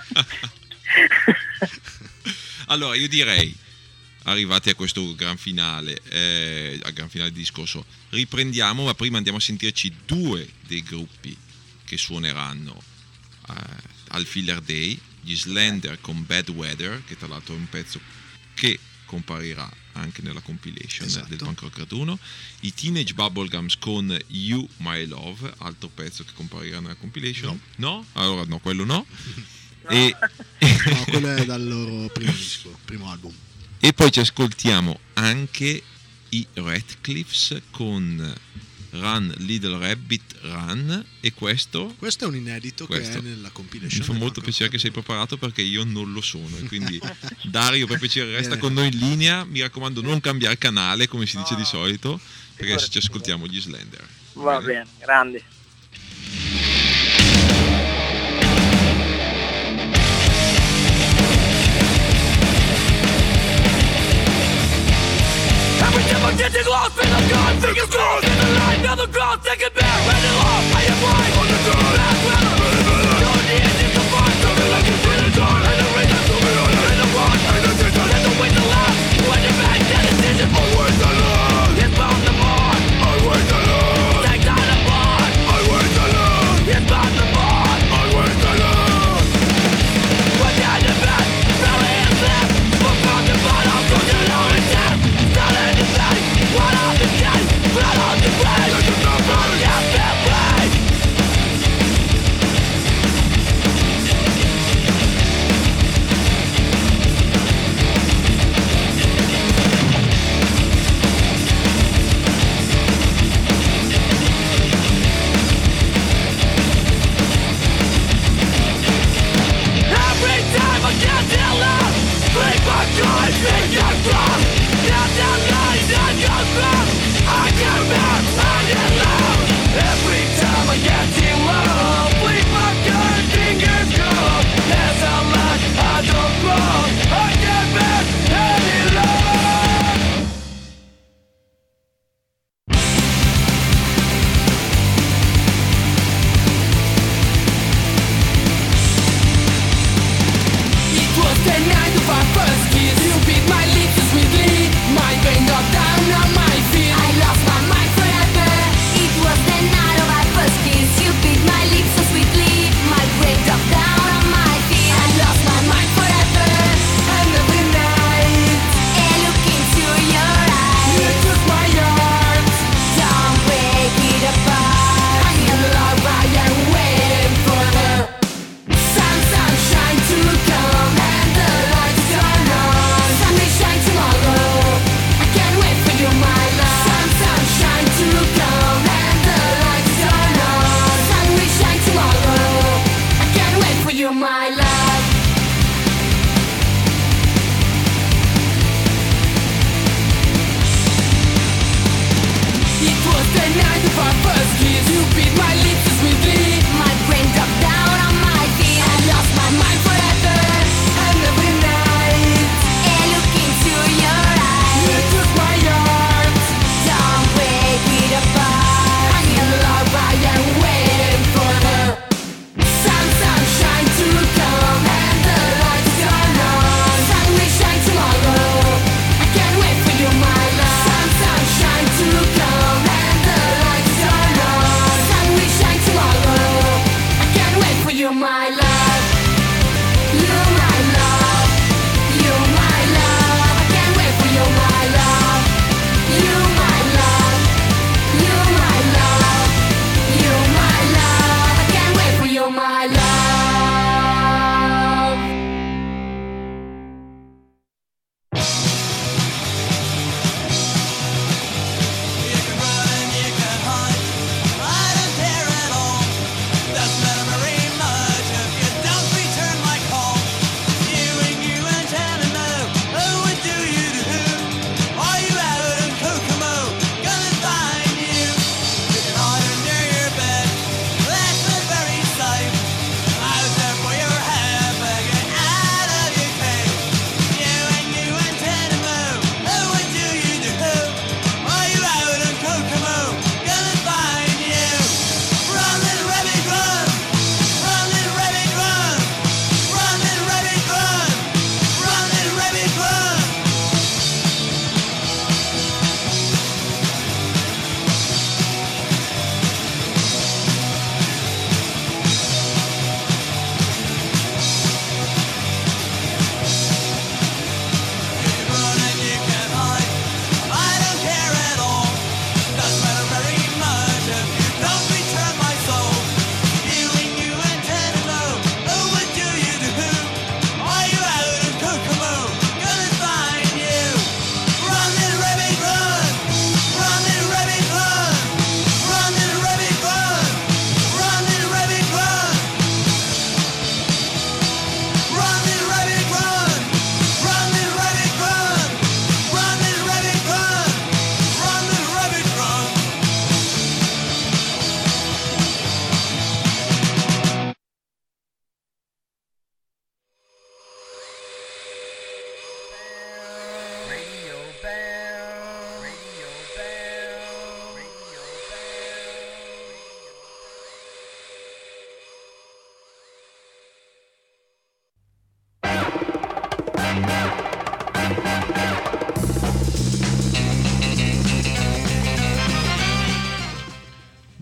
Allora io direi, arrivati a questo gran finale del discorso, riprendiamo, ma prima andiamo a sentirci 2 dei gruppi che suoneranno al Filler Day, gli Slender con Bad Weather, che tra l'altro è un pezzo che comparirà anche nella compilation Esatto. del Punk Rock Raduno, i Teenage Bubblegums con You My Love, altro pezzo che comparirà nella compilation. No? Allora no, quello no. E, No, quello è dal loro primo disco, primo album. e poi ci ascoltiamo anche i Ratcliffes con Run Little Rabbit Run, e questo Questo è un inedito Questo. che è nella compilation. mi fa del molto Punk piacere Rock che sei preparato, perché io non lo sono, e quindi Dario, per piacere, resta Bene. con noi in linea, mi raccomando non cambiare canale come si dice di solito, perché adesso ci Figurati. ascoltiamo gli Slender. Va bene, grandi. Every time I'm getting lost in the gun, fingers crossed in the line, now the cross taking back, ready lost, I am right on the door, that's where I'm don't need to confront, something like you see the door, and the reason to be on in the front, and the decision, let the wind last, when you make that decision, always alone, it's bound to mark, always alone, take that apart, always alone, it's bound to mark, always alone, when you're the best, really is left, we're from the bottom, from the lower depth, starting to bang, one of the dead, blood on the grave, from the afterlife. Every time I get that loud, break my joy, make it drop. Get that light that goes back, I get back, I get loud. Every time I get too low, bleed my gun, fingers go. There's a lot I don't grow, I get back, heavy low. It was the night of our first kiss. You beat my lips so sweetly. My brain dropped down on my feet. I lost my mind forever. It was the night of our first kiss. You bit my lips so sweetly. My brain dropped down on my feet. I lost my mind forever. And every night I look into your you eyes. took my heart. Don't break it apart. I am love, I am waiting for the sunshine to come and the lights turn on. Sunday shine tomorrow. I can't wait for you, my love. Sunshine to come and the lights turn on. Sunday shine tomorrow. I can't wait for you, my love. It was the night of our first kiss. You beat my lips so sweetly. My brain dropped down on my feet. I lost my mind forever. And every night I look into your you eyes. took my heart. Don't break it apart. I am love, I am waiting for the sunshine to come and the lights turn on. Sun will shine tomorrow. I can't wait for you, my love. Sunshine to come and the lights turn on. Sun will shine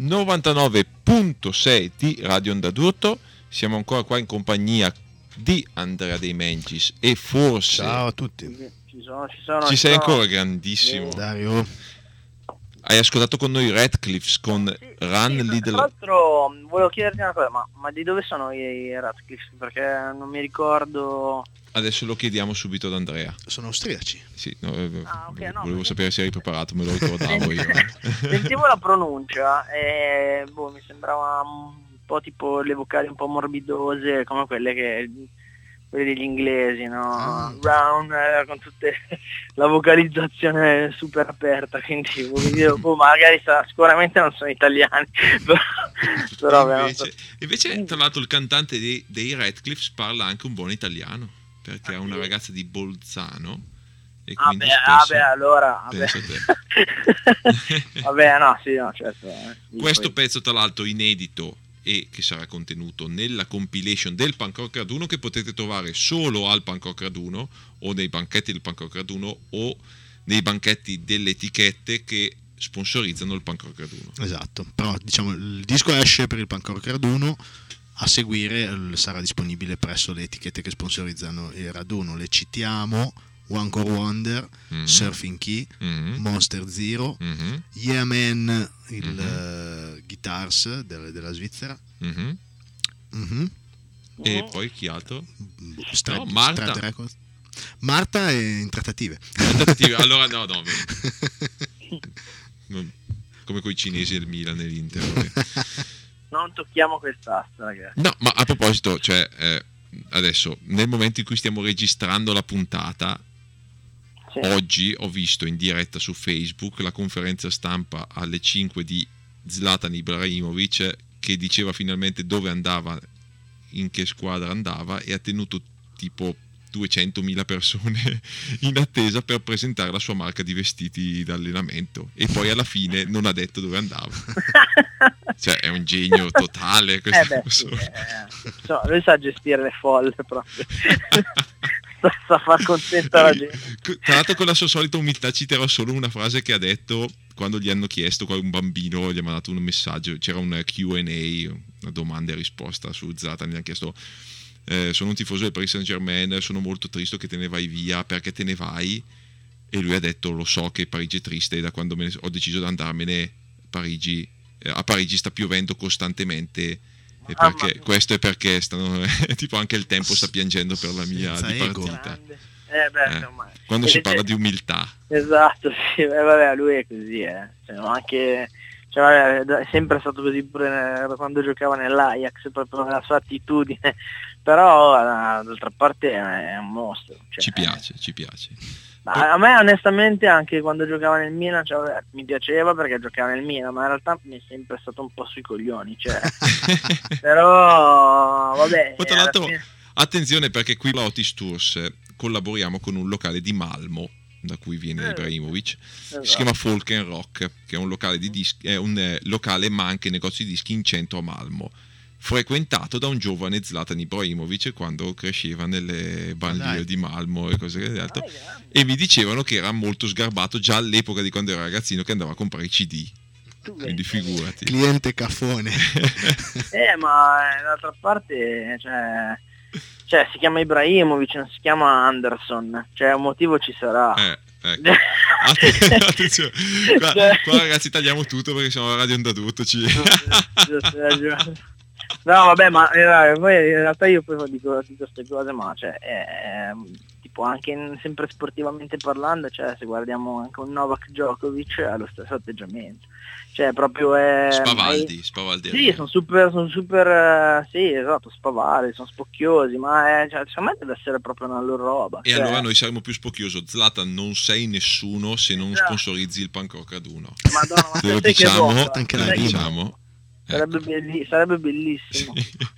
99.6 di Radio Onda d'Urto. Siamo ancora qua in compagnia di Andrea De Mencis e forse Ciao a tutti. ci sei ancora, grandissimo Dario. Hai ascoltato con noi Radcliffe con Run Little. Tra l'altro volevo chiederti una cosa, ma di dove sono i Radcliffe? Perché non mi ricordo. Adesso lo chiediamo subito ad Andrea. Sono austriaci. Sì, no, Ok, no, volevo perché- sapere se eri preparato, me lo ricordavo io. Sentivo la pronuncia e mi sembrava un po' tipo le vocali un po' morbidose come quelle degli inglesi, no? Round, con tutte la vocalizzazione super aperta, quindi magari sicuramente non sono italiani, però invece tra l'altro il cantante dei Radcliffe parla anche un buon italiano, perché è una ragazza di Bolzano e quindi spesso allora pensa a te. vabbè, no, sì, no, certo. Questo pezzo tra l'altro inedito e che sarà contenuto nella compilation del Punk Rock Raduno, che potete trovare solo al Punk Rock Raduno o nei banchetti del Punk Rock Raduno o nei banchetti delle etichette che sponsorizzano il Punk Rock Raduno. Esatto, però diciamo il disco esce per il Punk Rock Raduno, a seguire sarà disponibile presso le etichette che sponsorizzano il raduno. Le citiamo: One Core Wonder, Surfing Key, Monster Zero, Yeah Man, il Guitars della Svizzera, E poi chi altro? Stride- No, Marta. Stride Records. Marta è in trattative. Allora no, come coi cinesi del Milan e l'Inter. Vabbè. Non tocchiamo quest'asta, ragazzi. No, ma a proposito, cioè adesso nel momento in cui stiamo registrando la puntata, Sì. oggi ho visto in diretta su Facebook la conferenza stampa alle 5 di Zlatan Ibrahimovic, che diceva finalmente dove andava, in che squadra andava, e ha tenuto tipo 200.000 persone in attesa per presentare la sua marca di vestiti d'allenamento, e poi alla fine non ha detto dove andava. Cioè è un genio totale questa persona. Insomma, lui sa gestire le folle proprio. Sa far contenta la gente. Tra l'altro con la sua solita umiltà citerò solo una frase che ha detto quando gli hanno chiesto, un bambino gli ha mandato un messaggio, c'era un Q&A, una domanda e risposta su Zlatan, gli hanno chiesto sono un tifoso del Paris Saint-Germain, sono molto triste che te ne vai via, perché te ne vai? E lui ha detto: lo so che Parigi è triste, e da quando ho deciso di andarmene a Parigi sta piovendo costantemente, e perché questo è perché tipo anche il tempo sta piangendo per la mia Senza ego. dipartita. Insomma. Quando si parla di umiltà. Esatto, sì, vabbè, lui è così, Cioè, anche, vabbè, è sempre stato così pure quando giocava nell'Ajax, proprio la sua attitudine, però d'altra parte è un mostro. Cioè, Ci piace. A me onestamente anche quando giocava nel Milan, vabbè, mi piaceva perché giocava nel Milan, ma in realtà mi è sempre stato un po' sui coglioni, cioè. Però vabbè. Ma tra l'altro attenzione, perché qui a Otis Tours collaboriamo con un locale di Malmo da cui viene Ibrahimovic, esatto. Si chiama Folk and Rock, che è un locale di dischi, è un locale ma anche negozio di dischi in centro a Malmo, frequentato da un giovane Zlatan Ibrahimovic quando cresceva nelle banlieue di Malmo e cose del altro, e mi dicevano che era molto sgarbato già all'epoca di quando era ragazzino, che andava a comprare i CD, quindi figurati. Cliente caffone. Ma d'altra parte, cioè si chiama Ibrahimovic, non si chiama Anderson, cioè un motivo ci sarà. Ecco. Attenzione. Qua ragazzi tagliamo tutto perché siamo a Radio Onda d'Urto. No vabbè, ma poi in realtà io poi dico queste cose, ma tipo anche sempre sportivamente parlando, cioè se guardiamo anche un Novak Djokovic ha lo stesso atteggiamento, cioè proprio Spavaldi. Sì, sono super sì, esatto, spavaldi, sono spocchiosi, ma secondo me deve essere proprio una loro roba. E allora noi saremo più spocchioso. Zlatan, non sei nessuno se non sponsorizzi il Punk Rock Raduno. Madonna, ma te lo sai che diciamo, roba? anche la te lo rima. diciamo. Sarebbe bellissimo.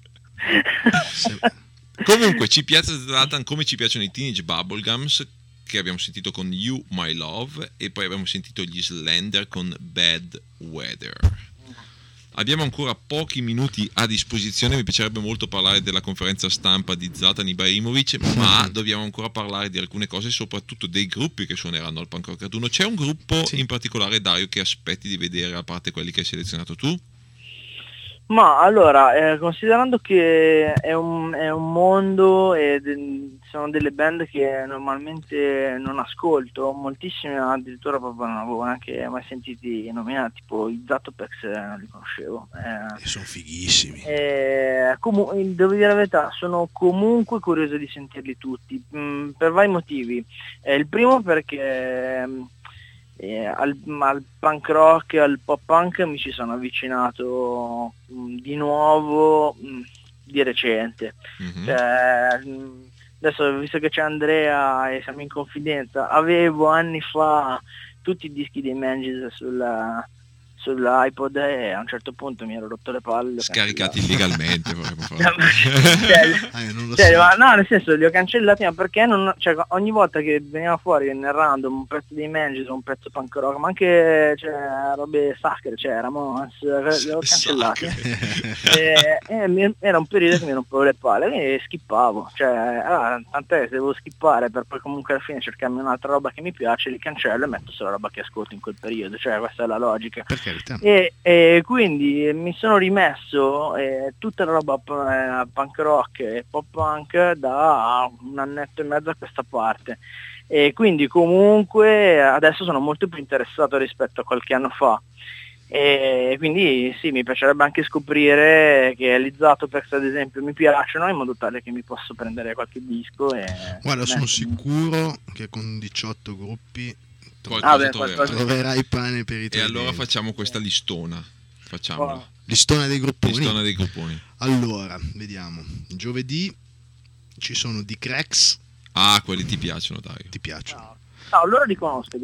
Comunque ci piace Zlatan come ci piacciono i Teenage Bubblegums, che abbiamo sentito con You My Love, e poi abbiamo sentito gli Slender con Bad Weather. Abbiamo ancora pochi minuti a disposizione, mi piacerebbe molto parlare della conferenza stampa di Zlatan Ibrahimovic, ma dobbiamo ancora parlare di alcune cose, soprattutto dei gruppi che suoneranno al Punk Rock Raduno. C'è un gruppo in particolare, Dario, che aspetti di vedere, a parte quelli che hai selezionato tu? Ma allora, considerando che è un mondo e sono delle band che normalmente non ascolto, moltissime addirittura proprio non avevo neanche mai sentiti nominati, tipo i Zatopex non li conoscevo. E sono fighissimi. Devo dire la verità, sono comunque curioso di sentirli tutti, per vari motivi. Il primo perché al punk rock e al pop punk mi ci sono avvicinato di nuovo di recente. Cioè, adesso, visto che c'è Andrea e siamo in confidenza, avevo anni fa tutti i dischi dei Manges sull'iPod e a un certo punto mi ero rotto le palle. Scaricati illegalmente. Non lo Cioè, so. ma no, nel senso li ho cancellati, ma perché cioè, ogni volta che veniva fuori nel random un pezzo dei Manges o un pezzo punk rock, ma anche robe sacre, cioè Ramones, li ho cancellati. Era un periodo che mi rompevo le palle e skippavo, cioè tant'è che se devo skippare per poi comunque alla fine cercarmi un'altra roba che mi piace, li cancello e metto solo roba che ascolto in quel periodo, cioè questa è la logica. Per carità. E quindi mi sono rimesso tutta la roba punk rock e pop punk da un annetto e mezzo a questa parte, e quindi comunque adesso sono molto più interessato rispetto a qualche anno fa, e quindi sì, mi piacerebbe anche scoprire che gli Zatopex ad esempio mi piacciono, in modo tale che mi posso prendere qualche disco Guarda, sono sicuro che con 18 gruppi Qualcosa qualcosa. troverai pane per i E tuoi allora denti. facciamo questa listona. Facciamola. Listone dei grupponi. Listona dei grupponi. Allora, vediamo. Giovedì ci sono di Cracks, Ah, quelli ti piacciono, dai. ti piacciono. No, allora li conosco.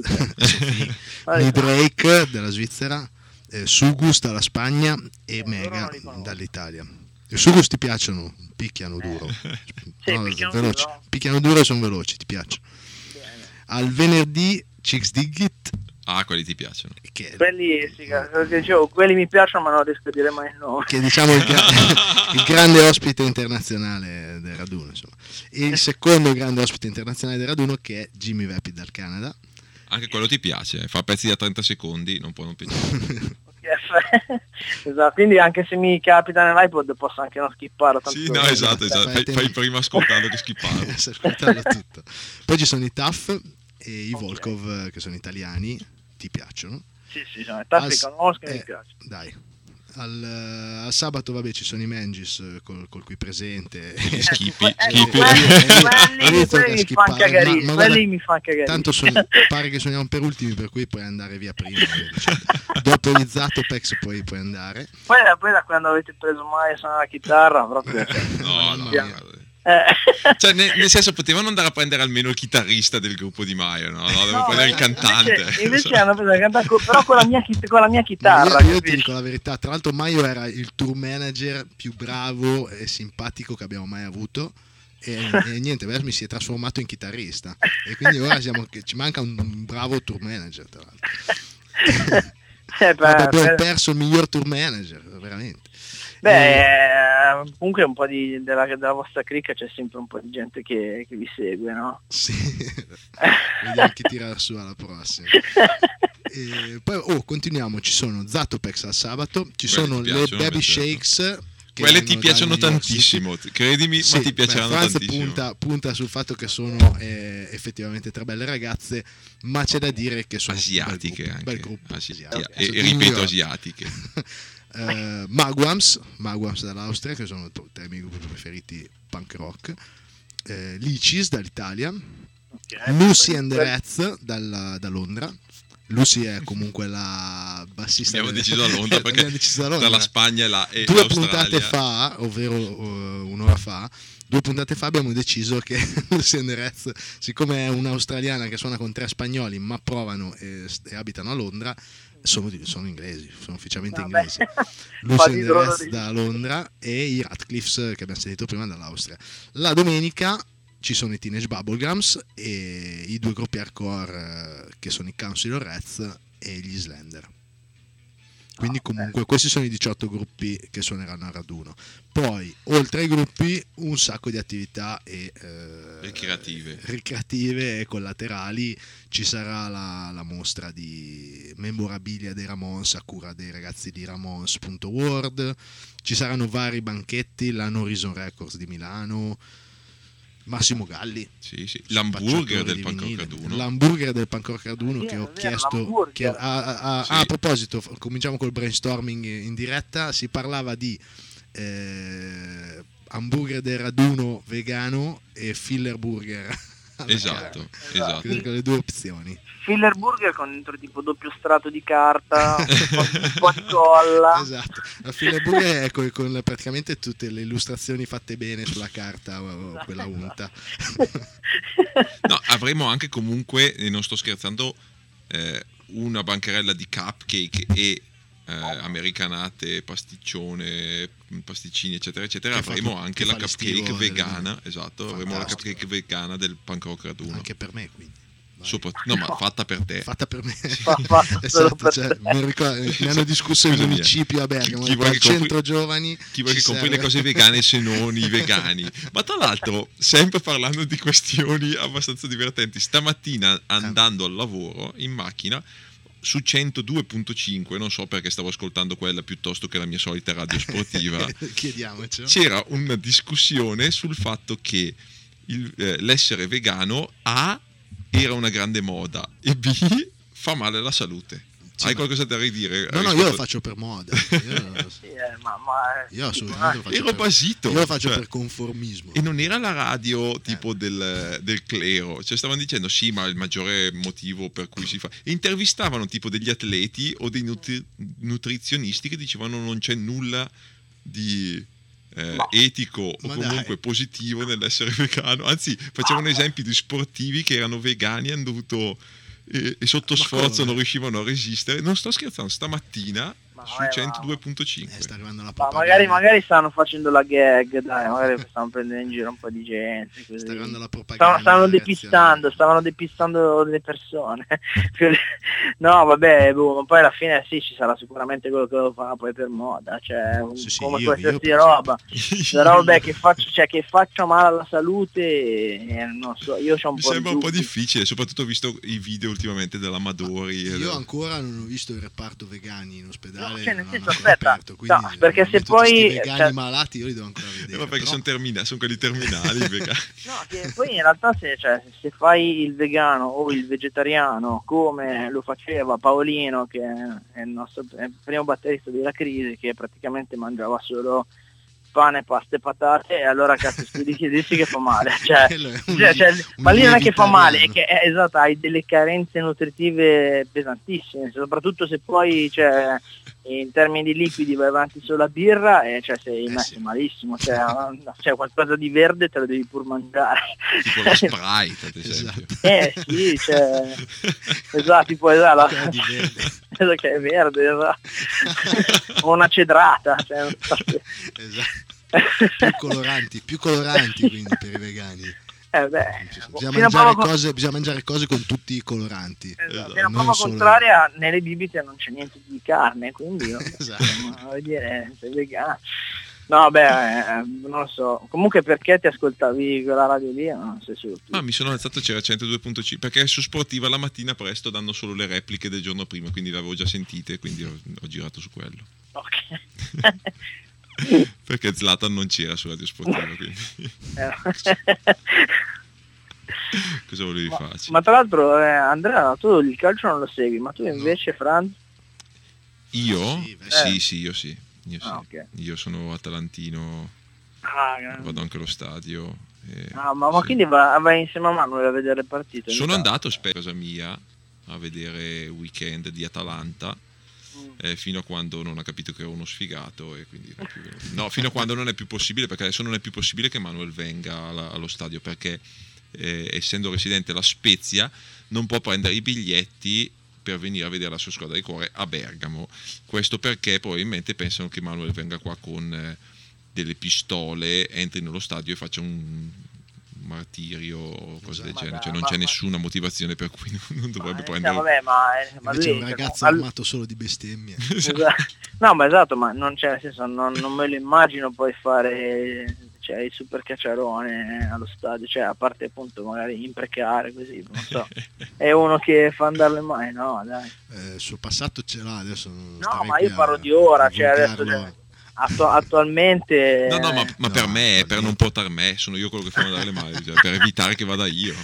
Di Drake dalla Svizzera, Sugus dalla Spagna e loro Mega non li conosco. dall'Italia. I Sugus ti piacciono? Picchiano duro. Sì, picchiano veloci. duro. Picchiano duro e sono veloci, ti piacciono. Bene. Al venerdì Chicks Digit, Ah, quelli ti piacciono. che Quelli, sì, che dicevo, quelli mi piacciono ma non riesco a dire mai il nome. che diciamo il grande ospite internazionale del raduno, insomma. E il secondo grande ospite internazionale del raduno, che è Jimmy Vapid dal Canada. Anche quello ti piace. Fa pezzi da 30 secondi, non può non piacere. Esatto, quindi anche se mi capita nell'iPod posso anche non skipparlo tanto. Sì, no, esatto. Fai Fai prima ascoltarlo che skipparlo. Ascoltarlo tutto. Poi ci sono i Tuff e i Volkov, che sono italiani, ti piacciono? Sì, sono taffi conosco e mi piace. Dai. Al sabato vabbè ci sono i Mangis col cui presente Schippi. Quelli mi fanno cagarissimo, quelli mi fanno cagarissimo. tanto pare che suoniamo per ultimi, per cui puoi andare via prima, diciamo. Dopo gli Zatopex poi puoi andare. Poi da quando avete preso mai a suonare la chitarra proprio No, Mamma no. mia. Cioè, nel senso, potevano andare a prendere almeno il chitarrista del gruppo di Maio, no? Devo prendere il cantante. Invece hanno preso il cantante, però con la mia chitarra. Io ti capisci? dico la verità, tra l'altro Maio era il tour manager più bravo e simpatico che abbiamo mai avuto, e niente, mi si è trasformato in chitarrista, e quindi ora ci manca un bravo tour manager, tra l'altro. Abbiamo perso il miglior tour manager, veramente. Comunque un po' della vostra cricca c'è sempre un po' di gente che vi segue, no? Sì, vediamo chi tira su alla prossima. E poi continuiamo, ci sono Zatopex al sabato, ci Quelli sono ti le piacciono, Baby beh, certo. Shakes. Quelle ti vengono piacciono da New York City. tantissimo, credimi, Sì, ma ti piaceranno Franz tantissimo. punta sul fatto che sono effettivamente tre belle ragazze, ma c'è da dire che sono Asiatiche un anche. bel gruppo asiatico. E Di New ripeto, York. asiatiche. Magwams dall'Austria, che sono tra i miei gruppi preferiti punk rock. Licis dall'Italia. Lucy and Rats da Londra. Lucy è comunque la bassista. Abbiamo deciso a Londra perché abbiamo deciso a Londra. tra la Spagna e Due l'Australia. puntate fa, ovvero un'ora fa, abbiamo deciso che Lucy and Rats, siccome è un'australiana che suona con tre spagnoli ma provano e abitano a Londra, sono inglesi, sono ufficialmente inglesi. Lucy and Rats da Londra e i Ratcliffes, che abbiamo sentito prima, dall'Austria. La domenica ci sono i Teenage Bubblegums e i due gruppi hardcore che sono i Council of Rats e gli Slender. Quindi comunque questi sono i 18 gruppi che suoneranno al raduno. Poi oltre ai gruppi un sacco di attività ricreative e collaterali. Ci sarà la mostra di memorabilia dei Ramones a cura dei ragazzi di Ramones.world. Ci saranno vari banchetti, l'hanno Horizon Records di Milano, Massimo Galli, l'hamburger del Punk Rock Raduno. L'hamburger del Punk Rock Raduno che ho chiesto l'hamburger. a proposito, cominciamo col brainstorming in diretta. Si parlava di hamburger del raduno vegano e filler burger. Esatto. Le due opzioni. Filler burger con dentro tipo doppio strato di carta, un po' di colla. Esatto, la filler burger è con praticamente tutte le illustrazioni fatte bene sulla carta, quella unta. No, avremo anche comunque, e non sto scherzando, una bancarella di cupcake e americanate, pasticcini eccetera eccetera. Avremo anche la cupcake vegana, esatto, avremo la cupcake vegana del Punk Rock Raduno. Anche per me, quindi. No, ma fatta per te. Fatta per me. Esatto, cioè, ne hanno discusso il municipio a Bergamo, al centro giovani. Chi vuole che compri le cose vegane se non i vegani? Ma tra l'altro, sempre parlando di questioni abbastanza divertenti, stamattina andando al lavoro in macchina su 102.5, non so perché stavo ascoltando quella piuttosto che la mia solita radio sportiva, chiediamocelo, c'era una discussione sul fatto che l'essere vegano era una grande moda e B fa male alla salute. Hai qualcosa da ridire? No, io lo faccio per moda. Io assolutamente lo faccio. Ero basito. Io lo faccio per conformismo. E non era la radio tipo del clero. Cioè stavano dicendo sì, ma il maggiore motivo per cui si fa. E intervistavano tipo degli atleti o dei nutrizionisti che dicevano non c'è nulla di etico o comunque positivo nell'essere vegano. Anzi, facevano esempi di sportivi che erano vegani e hanno dovuto e sotto sforzo non riuscivano a resistere. Non sto scherzando, stamattina su 102.5 sta arrivando la magari stanno facendo la gag, dai, magari stanno prendendo in giro un po' di gente così. Sta arrivando la propaganda, stavano depistando delle persone. No vabbè, ma poi alla fine sì, ci sarà sicuramente quello che lo fa poi per moda, cioè come qualsiasi roba. Però vabbè, che faccia male alla salute, non so, io c'ho un po' sembra un po' difficile, soprattutto ho visto i video ultimamente dell'Amadori. Io ancora non ho visto il reparto vegani in ospedale. No, cioè nel senso, aspetta, perché se poi vegani malati io li devo ancora vedere. Ma perché sono quelli terminali i vegani. No, che poi in realtà se fai il vegano o il vegetariano come lo faceva Paolino, che è il nostro primo batterista della Crisi, che praticamente mangiava solo pane, pasta e patate, e allora cazzo dici che fa male, ma lì non è che fa male, è che esatto, hai delle carenze nutritive pesantissime, soprattutto se poi in termini di liquidi vai avanti sulla birra e sei messo malissimo, c'è qualcosa di verde te lo devi pur mangiare, tipo lo Sprite ad esempio. Sì, esatto, tipo che è verde, esatto. O una cedrata, esatto. più coloranti quindi per i vegani. Bisogna mangiare cose con tutti i coloranti. Esatto. È una prova contraria, nelle bibite non c'è niente di carne, quindi esatto. Vuol dire sei vegano. No, non lo so. Comunque perché ti ascoltavi quella radio lì? Non sei solo tu. Mi sono alzato, c'era 102.5 perché su Sportiva la mattina presto danno solo le repliche del giorno prima, quindi l'avevo già sentite, quindi ho girato su quello. Ok. Perché Zlatan non c'era su Radio Sportiva, quindi cosa volevi farci? Ma tra l'altro Andrea, tu il calcio non lo segui, ma tu invece Franz? Io? Sì, io sì. Okay. Io sono atalantino, vado anche allo stadio ma quindi vai insieme a Manuel a vedere le partite? Sono andato spesso a casa mia a vedere weekend di Atalanta, fino a quando non ha capito che ero uno sfigato e quindi fino a quando non è più possibile, perché adesso non è più possibile che Manuel venga allo stadio, perché essendo residente alla Spezia non può prendere i biglietti per venire a vedere la sua squadra di cuore a Bergamo. Questo perché probabilmente pensano che Manuel venga qua con delle pistole, entri nello stadio e faccia martirio o cose del Ma genere, dai, cioè non ma- c'è ma- nessuna motivazione per cui non dovrebbe prendere. Vabbè, ma Invece lui è un ragazzo cioè, armato solo di bestemmie. no, ma esatto, ma non c'è, nel senso, non me lo immagino poi fare, cioè, il super cacciarone allo stadio, cioè, a parte appunto magari imprecare così, non so. È uno che fa andare le mani, no, dai. Il suo passato ce l'ha, adesso non No, starei ma qui io parlo di ora, a cioè adesso divulgarlo. attualmente No, ma No, per me, per attualmente. non portare me, sono io quello che fa andare le mani, cioè, per evitare che vada io.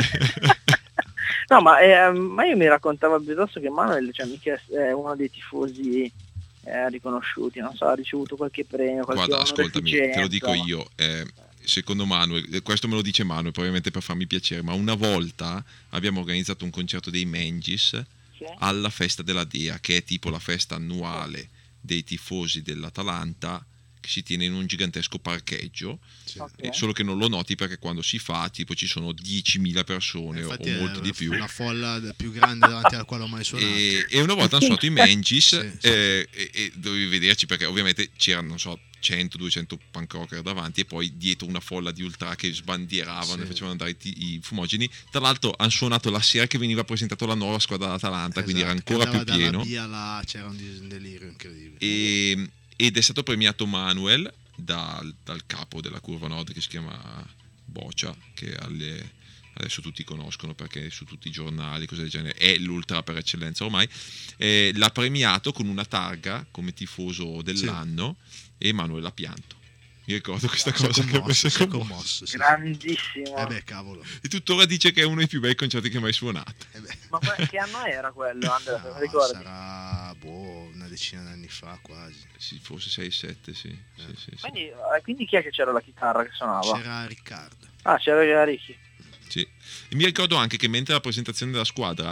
No, ma io mi raccontavo piuttosto che Manuel, cioè, mica è uno dei tifosi riconosciuti, non so, ha ricevuto qualche premio, qualche Guarda, ascoltami, te lo dico onorificenza. io. Secondo Manuel, questo me lo dice Manuel, probabilmente per farmi piacere, ma una volta abbiamo organizzato un concerto dei Mengis Sì. alla festa della Dea, che è tipo la festa annuale dei tifosi dell'Atalanta, che si tiene in un gigantesco parcheggio, Ok. solo che non lo noti perché quando si fa tipo ci sono 10.000 persone o Infatti molti è di più. la folla più grande davanti alla quale ho mai suonato. E una volta hanno suonato i Mengis Sì, sì. e dovevi vederci perché ovviamente c'erano, non so, 100-200 punk rocker davanti e poi dietro una folla di ultra che sbandieravano Sì. e facevano andare i fumogeni. Tra l'altro hanno suonato la sera che veniva presentato la nuova squadra dell'Atalanta, quindi era Esatto, ancora che più andava pieno. dalla via là, c'era un delirio incredibile. Ed è stato premiato Manuel dal capo della Curva Nord che si chiama Boccia, che adesso tutti conoscono perché su tutti i giornali, cose del genere, è l'ultra per eccellenza ormai. L'ha premiato con una targa come tifoso dell'anno e Manuel l'ha pianto. Mi ricordo questa Si è cosa che commosso, mi si è commosso. Sì. Grandissimo. Beh, cavolo. E tuttora dice che è uno dei più bei concerti che ha mai suonato. Ma che anno era quello, Andrea? No, Ricordi? sarà una decina d'anni fa quasi. Sì, forse 6-7, sì. Sì. Quindi chi è che c'era la chitarra che suonava? C'era Riccardo. Ah, c'era Ricky. Sì. E mi ricordo anche che mentre la presentazione della squadra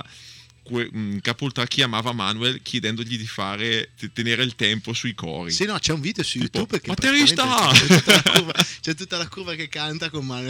Capo Ultra chiamava Manuel chiedendogli di tenere il tempo sui cori. Sì, no, c'è un video su Tipo, YouTube che "Batterista!" c'è tutta la curva che canta con Manuel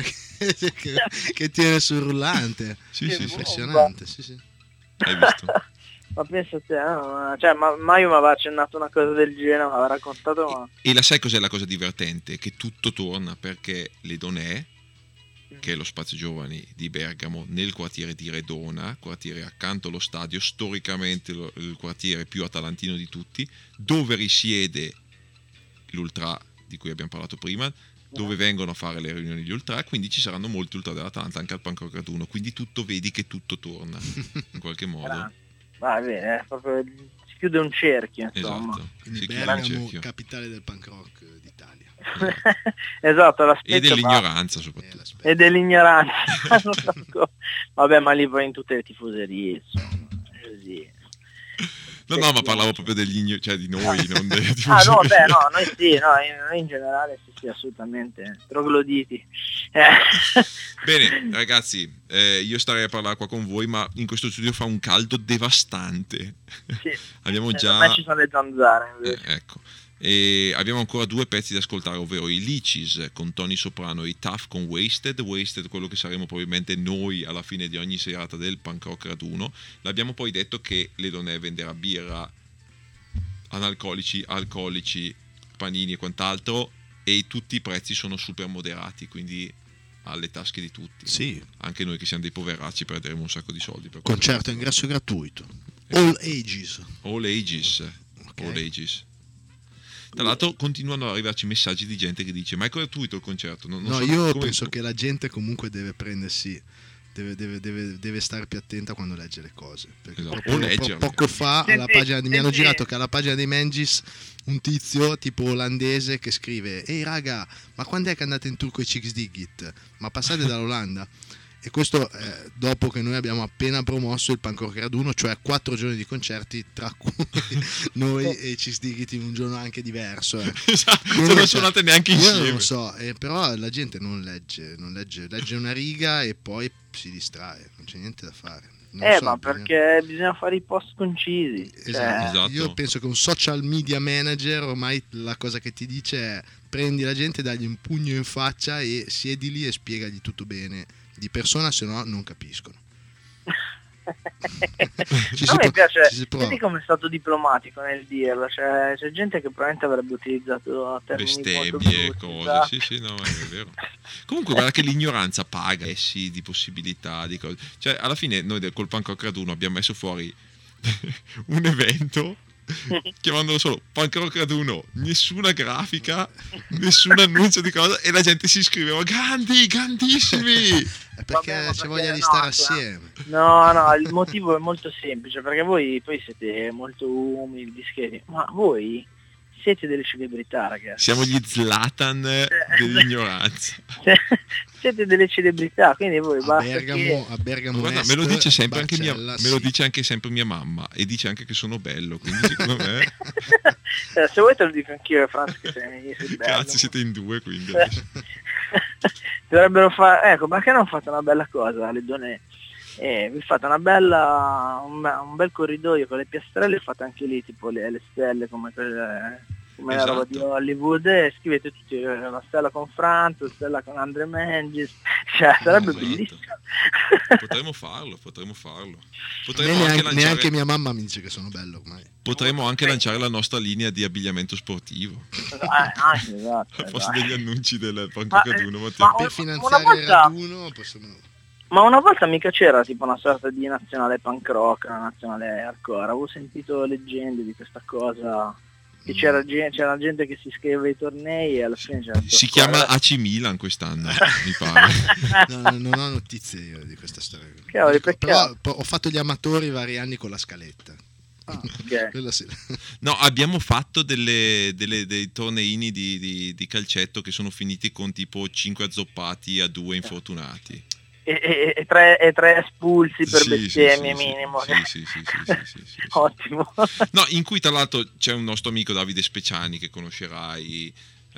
che tiene sul rullante. Sì, Che sì, sì. Impressionante, sì, sì. Hai visto? Ma pensa a te, no? Cioè, ma io mi aveva accennato una cosa del genere, mi aveva raccontato, ma... E la sai cos'è la cosa divertente? Che tutto torna perché le Donè, che è lo spazio giovani di Bergamo, nel quartiere di Redona, quartiere accanto allo stadio, storicamente il quartiere più atalantino di tutti, dove risiede l'Ultra di cui abbiamo parlato prima, dove vengono a fare le riunioni gli Ultra, quindi ci saranno molti Ultra dell'Atalanta anche al Punk Rock Raduno, quindi vedi che tutto torna in qualche modo. Va bene, proprio si chiude un cerchio, insomma. Esatto, Quindi si chiude un Bergamo, cerchio. capitale del punk rock d'Italia. Esatto, E l'aspetto dell'ignoranza soprattutto. L'aspetto. e dell'ignoranza. Vabbè, ma lì poi in tutte le tifoserie, insomma, così. No, ma parlavo proprio cioè di noi, non dei Ah no, beh, no, noi sì, no, noi in generale sì, assolutamente, trogloditi. Bene, ragazzi, io starei a parlare qua con voi, ma in questo studio fa un caldo devastante. Sì. Abbiamo Da già... me ci sono le zanzare, invece. ecco. E abbiamo ancora due pezzi da ascoltare, ovvero i Licis con Tony Soprano e i Tough con Wasted, quello che saremo probabilmente noi alla fine di ogni serata del Punk Rock Raduno. L'abbiamo poi detto che le Donè venderà birra, analcolici, alcolici, panini e quant'altro, e tutti i prezzi sono super moderati, quindi alle tasche di tutti. Sì, Anche noi che siamo dei poveracci perderemo un sacco di soldi per concerto a ingresso gratuito. All ages. All ages. Ok. All ages. Tra l'altro continuano ad arrivarci messaggi di gente che dice: ma è gratuito il concerto? Non No, so io come- penso che la gente comunque deve prendersi, deve stare più attenta quando legge le cose. Perché Esatto, proprio o leggerle. poco fa Sì, alla sì, pagina mi hanno sì. girato che alla pagina dei Mengis un tizio tipo olandese che scrive: ehi raga, ma quando è che andate in tour con i Chicks Digit? Ma passate dall'Olanda. E questo dopo che noi abbiamo appena promosso il Punk Rock Raduno, cioè 4 giorni di concerti, tra cui noi e i Chicks Digit in un giorno anche diverso. Esatto, Quindi, non cioè, suonate neanche io insieme. non lo so, però la gente non legge una riga e poi si distrae, non c'è niente da fare. Non so, Ma bisogna- perché bisogna fare i post concisi. Esatto. Esatto. Io penso che un social media manager ormai la cosa che ti dice è: prendi la gente, dagli un pugno in faccia e siedi lì e spiegagli tutto bene di persona, se no non capiscono. A me piace, ci si prova. vedi come è stato diplomatico nel dirlo, cioè, c'è gente che probabilmente avrebbe utilizzato termini molto bestemmie, brutti, cose, esatto. sì, no, è vero. Comunque guarda che l'ignoranza paga, sì, di possibilità, di cose. Cioè, alla fine noi col Punk Rock Raduno abbiamo messo fuori un evento chiamandolo solo Punk Rock Raduno, nessuna grafica, nessun annuncio di cosa, e la gente si iscriveva, grandissimi. È perché Vabbè, ma c'è voglia di no, stare cioè, assieme. No, il motivo è molto semplice, perché voi poi siete molto umili, discreti, ma voi siete delle celebrità, ragazzi. Siamo gli Zlatan dell'ignoranza. Siete delle celebrità, quindi voi A basta Bergamo Guarda, Est, me lo dice sempre anche Barcella, me lo sì. dice anche sempre mia mamma, e dice anche che sono bello, quindi secondo me se vuoi te lo dico anch'io, Franz, che sei bello. cazzo, siete in due, quindi Dovrebbero fare, ecco, perché non fate una bella cosa, le donne? Vi fate un bel corridoio con le piastrelle, fate anche lì tipo le stelle come la roba di Esatto. Hollywood, e scrivete tutti una stella con Franz, una stella con Andre Mengis, cioè sarebbe Esatto. bellissimo. Potremmo farlo. A me Potremmo anche neanche lanciare, mia mamma mi dice che sono bello ormai. potremmo anche lanciare la nostra linea di abbigliamento sportivo. Anche, esatto, Al posto esatto. degli annunci del Punk Ma- Rock Raduno, ma- Matteo. Per una finanziare il volta- raduno possiamo... Ma una volta mica c'era tipo una sorta di nazionale punk rock, una nazionale hardcore, avevo sentito leggende di questa cosa, che c'era gente che si iscriveva ai tornei e alla fine c'era Si chiama AC Milan quest'anno, mi pare. No, non ho notizie io di questa storia. Cavoli, peccato. Però ho fatto gli amatori vari anni con la scaletta. Ok. Quella sì. No, abbiamo fatto dei torneini di calcetto che sono finiti con tipo 5 azzoppati a 2 infortunati. E tre espulsi per Sì, bestemmie sì, sì, minimo. sì. Ottimo. No, in cui tra l'altro c'è un nostro amico Davide Speciani che conoscerai,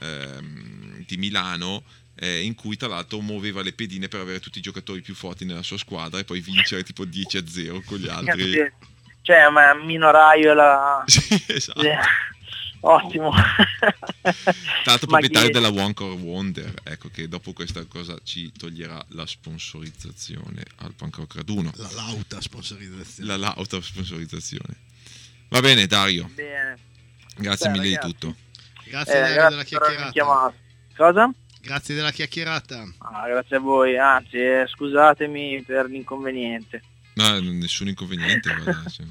di Milano, in cui tra l'altro muoveva le pedine per avere tutti i giocatori più forti nella sua squadra e poi vincere tipo 10-0 con gli altri. Cioè, ma Minoraio la... Sì, esatto. Ottimo. Tra l'altro Ma proprietario chi- della One Core Wonder, ecco, che dopo questa cosa ci toglierà la sponsorizzazione al Punk Rock Raduno, L'auta sponsorizzazione. l'auto sponsorizzazione. Va bene Dario, Bene. grazie mille ragazzi. di tutto. Grazie Dario Grazie della per avermi chiacchierata. chiamato. Cosa? Grazie della chiacchierata. Grazie a voi, anzi scusatemi per l'inconveniente. No, nessun inconveniente, guarda, cioè.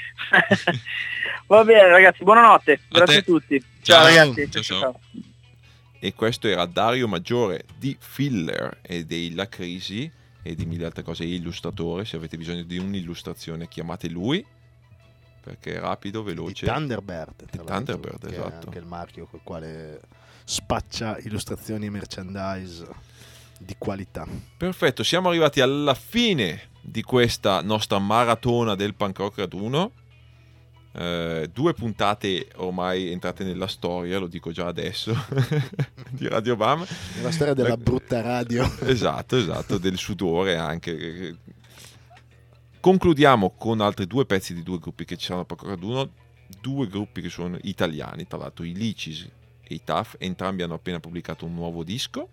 Va bene ragazzi, buonanotte, grazie a te. tutti. Ciao. Ciao ragazzi. Ciao. E questo era Dario Maggiore di Filler e della Crisi e di mille altre cose, illustratore. Se avete bisogno di un'illustrazione chiamate lui, perché è rapido, veloce. Di Thunderbird, Di tra l'altro, Thunderbird, che è esatto. anche il marchio col quale spaccia illustrazioni e merchandise di qualità. Perfetto, siamo arrivati alla fine di questa nostra maratona del Punk Rock Raduno. 2 puntate ormai entrate nella storia, lo dico già adesso, di Radio Bam. È la storia della brutta radio. Esatto, del sudore anche. Concludiamo con altri 2 pezzi di 2 gruppi che ci saranno a Punk Rock Raduno, 2 gruppi che sono italiani, tra l'altro i Licis e i Tough, entrambi hanno appena pubblicato un nuovo disco.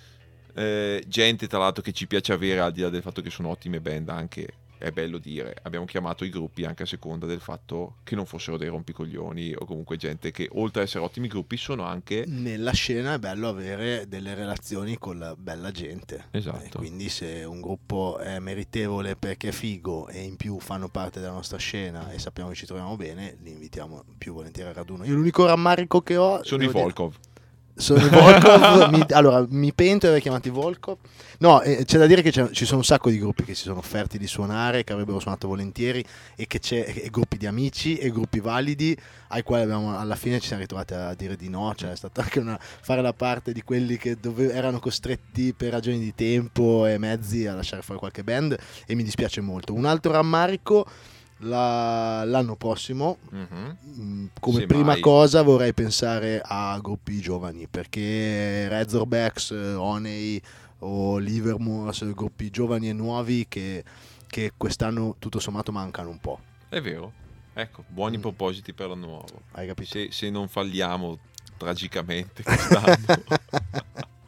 Gente tra l'altro che ci piace avere, al di là del fatto che sono ottime band, anche è bello dire, abbiamo chiamato i gruppi anche a seconda del fatto che non fossero dei rompicoglioni, o comunque gente che oltre ad essere ottimi gruppi sono anche Nella scena è bello avere delle relazioni con la bella gente. Esatto. E quindi se un gruppo è meritevole perché è figo e in più fanno parte della nostra scena e sappiamo che ci troviamo bene, li invitiamo più volentieri al raduno. Io l'unico rammarico che ho sono i devo dire- Volkov. Sono i Volkov. Allora mi pento di aver chiamato i Volkov. No, c'è da dire che ci sono un sacco di gruppi che si sono offerti di suonare, che avrebbero suonato volentieri, e che c'è e gruppi di amici e gruppi validi ai quali alla fine ci siamo ritrovati a dire di no. Cioè è stato anche fare la parte di quelli che erano costretti per ragioni di tempo e mezzi a lasciare fuori qualche band, e mi dispiace molto. Un altro rammarico: l'anno prossimo, come Se prima mai. cosa vorrei pensare a gruppi giovani, perché Razorbacks, Honey o Livermore sono gruppi giovani e nuovi che quest'anno tutto sommato mancano un po'. È vero, ecco, buoni propositi per l'anno nuovo. Hai capito? Se non falliamo tragicamente quest'anno.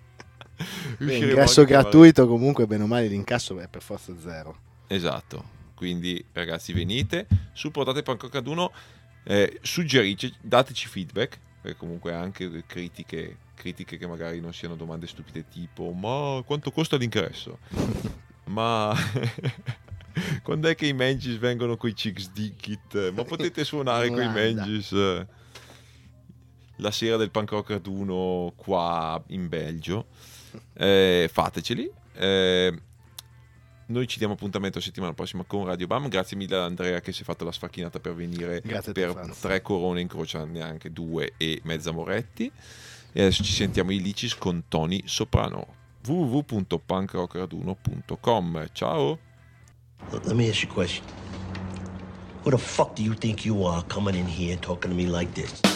Beh, riusciremo ingresso anche a fare- gratuito, comunque bene o male l'incasso è per forza zero. Esatto. quindi ragazzi venite, supportate Punk Rock Raduno, suggeriteci, dateci feedback, perché comunque anche critiche che magari non siano domande stupide tipo ma quanto costa l'ingresso? Ma quando è che i Mangis vengono coi Chicks Dickit? Ma potete suonare coi Mangis la sera del Punk Rock Raduno qua in Belgio? Fateceli. Noi ci diamo appuntamento la settimana prossima con Radio Bam. Grazie mille ad Andrea che si è fatto la sfacchinata per venire. Grazie per 3 corone, incrocia neanche 2 e mezza Moretti. E adesso ci sentiamo i Licis con Tony Soprano. www.punkrockraduno.com. Ciao. Let me ask you a question. Who the fuck do you think you are coming in here and talking to me like this?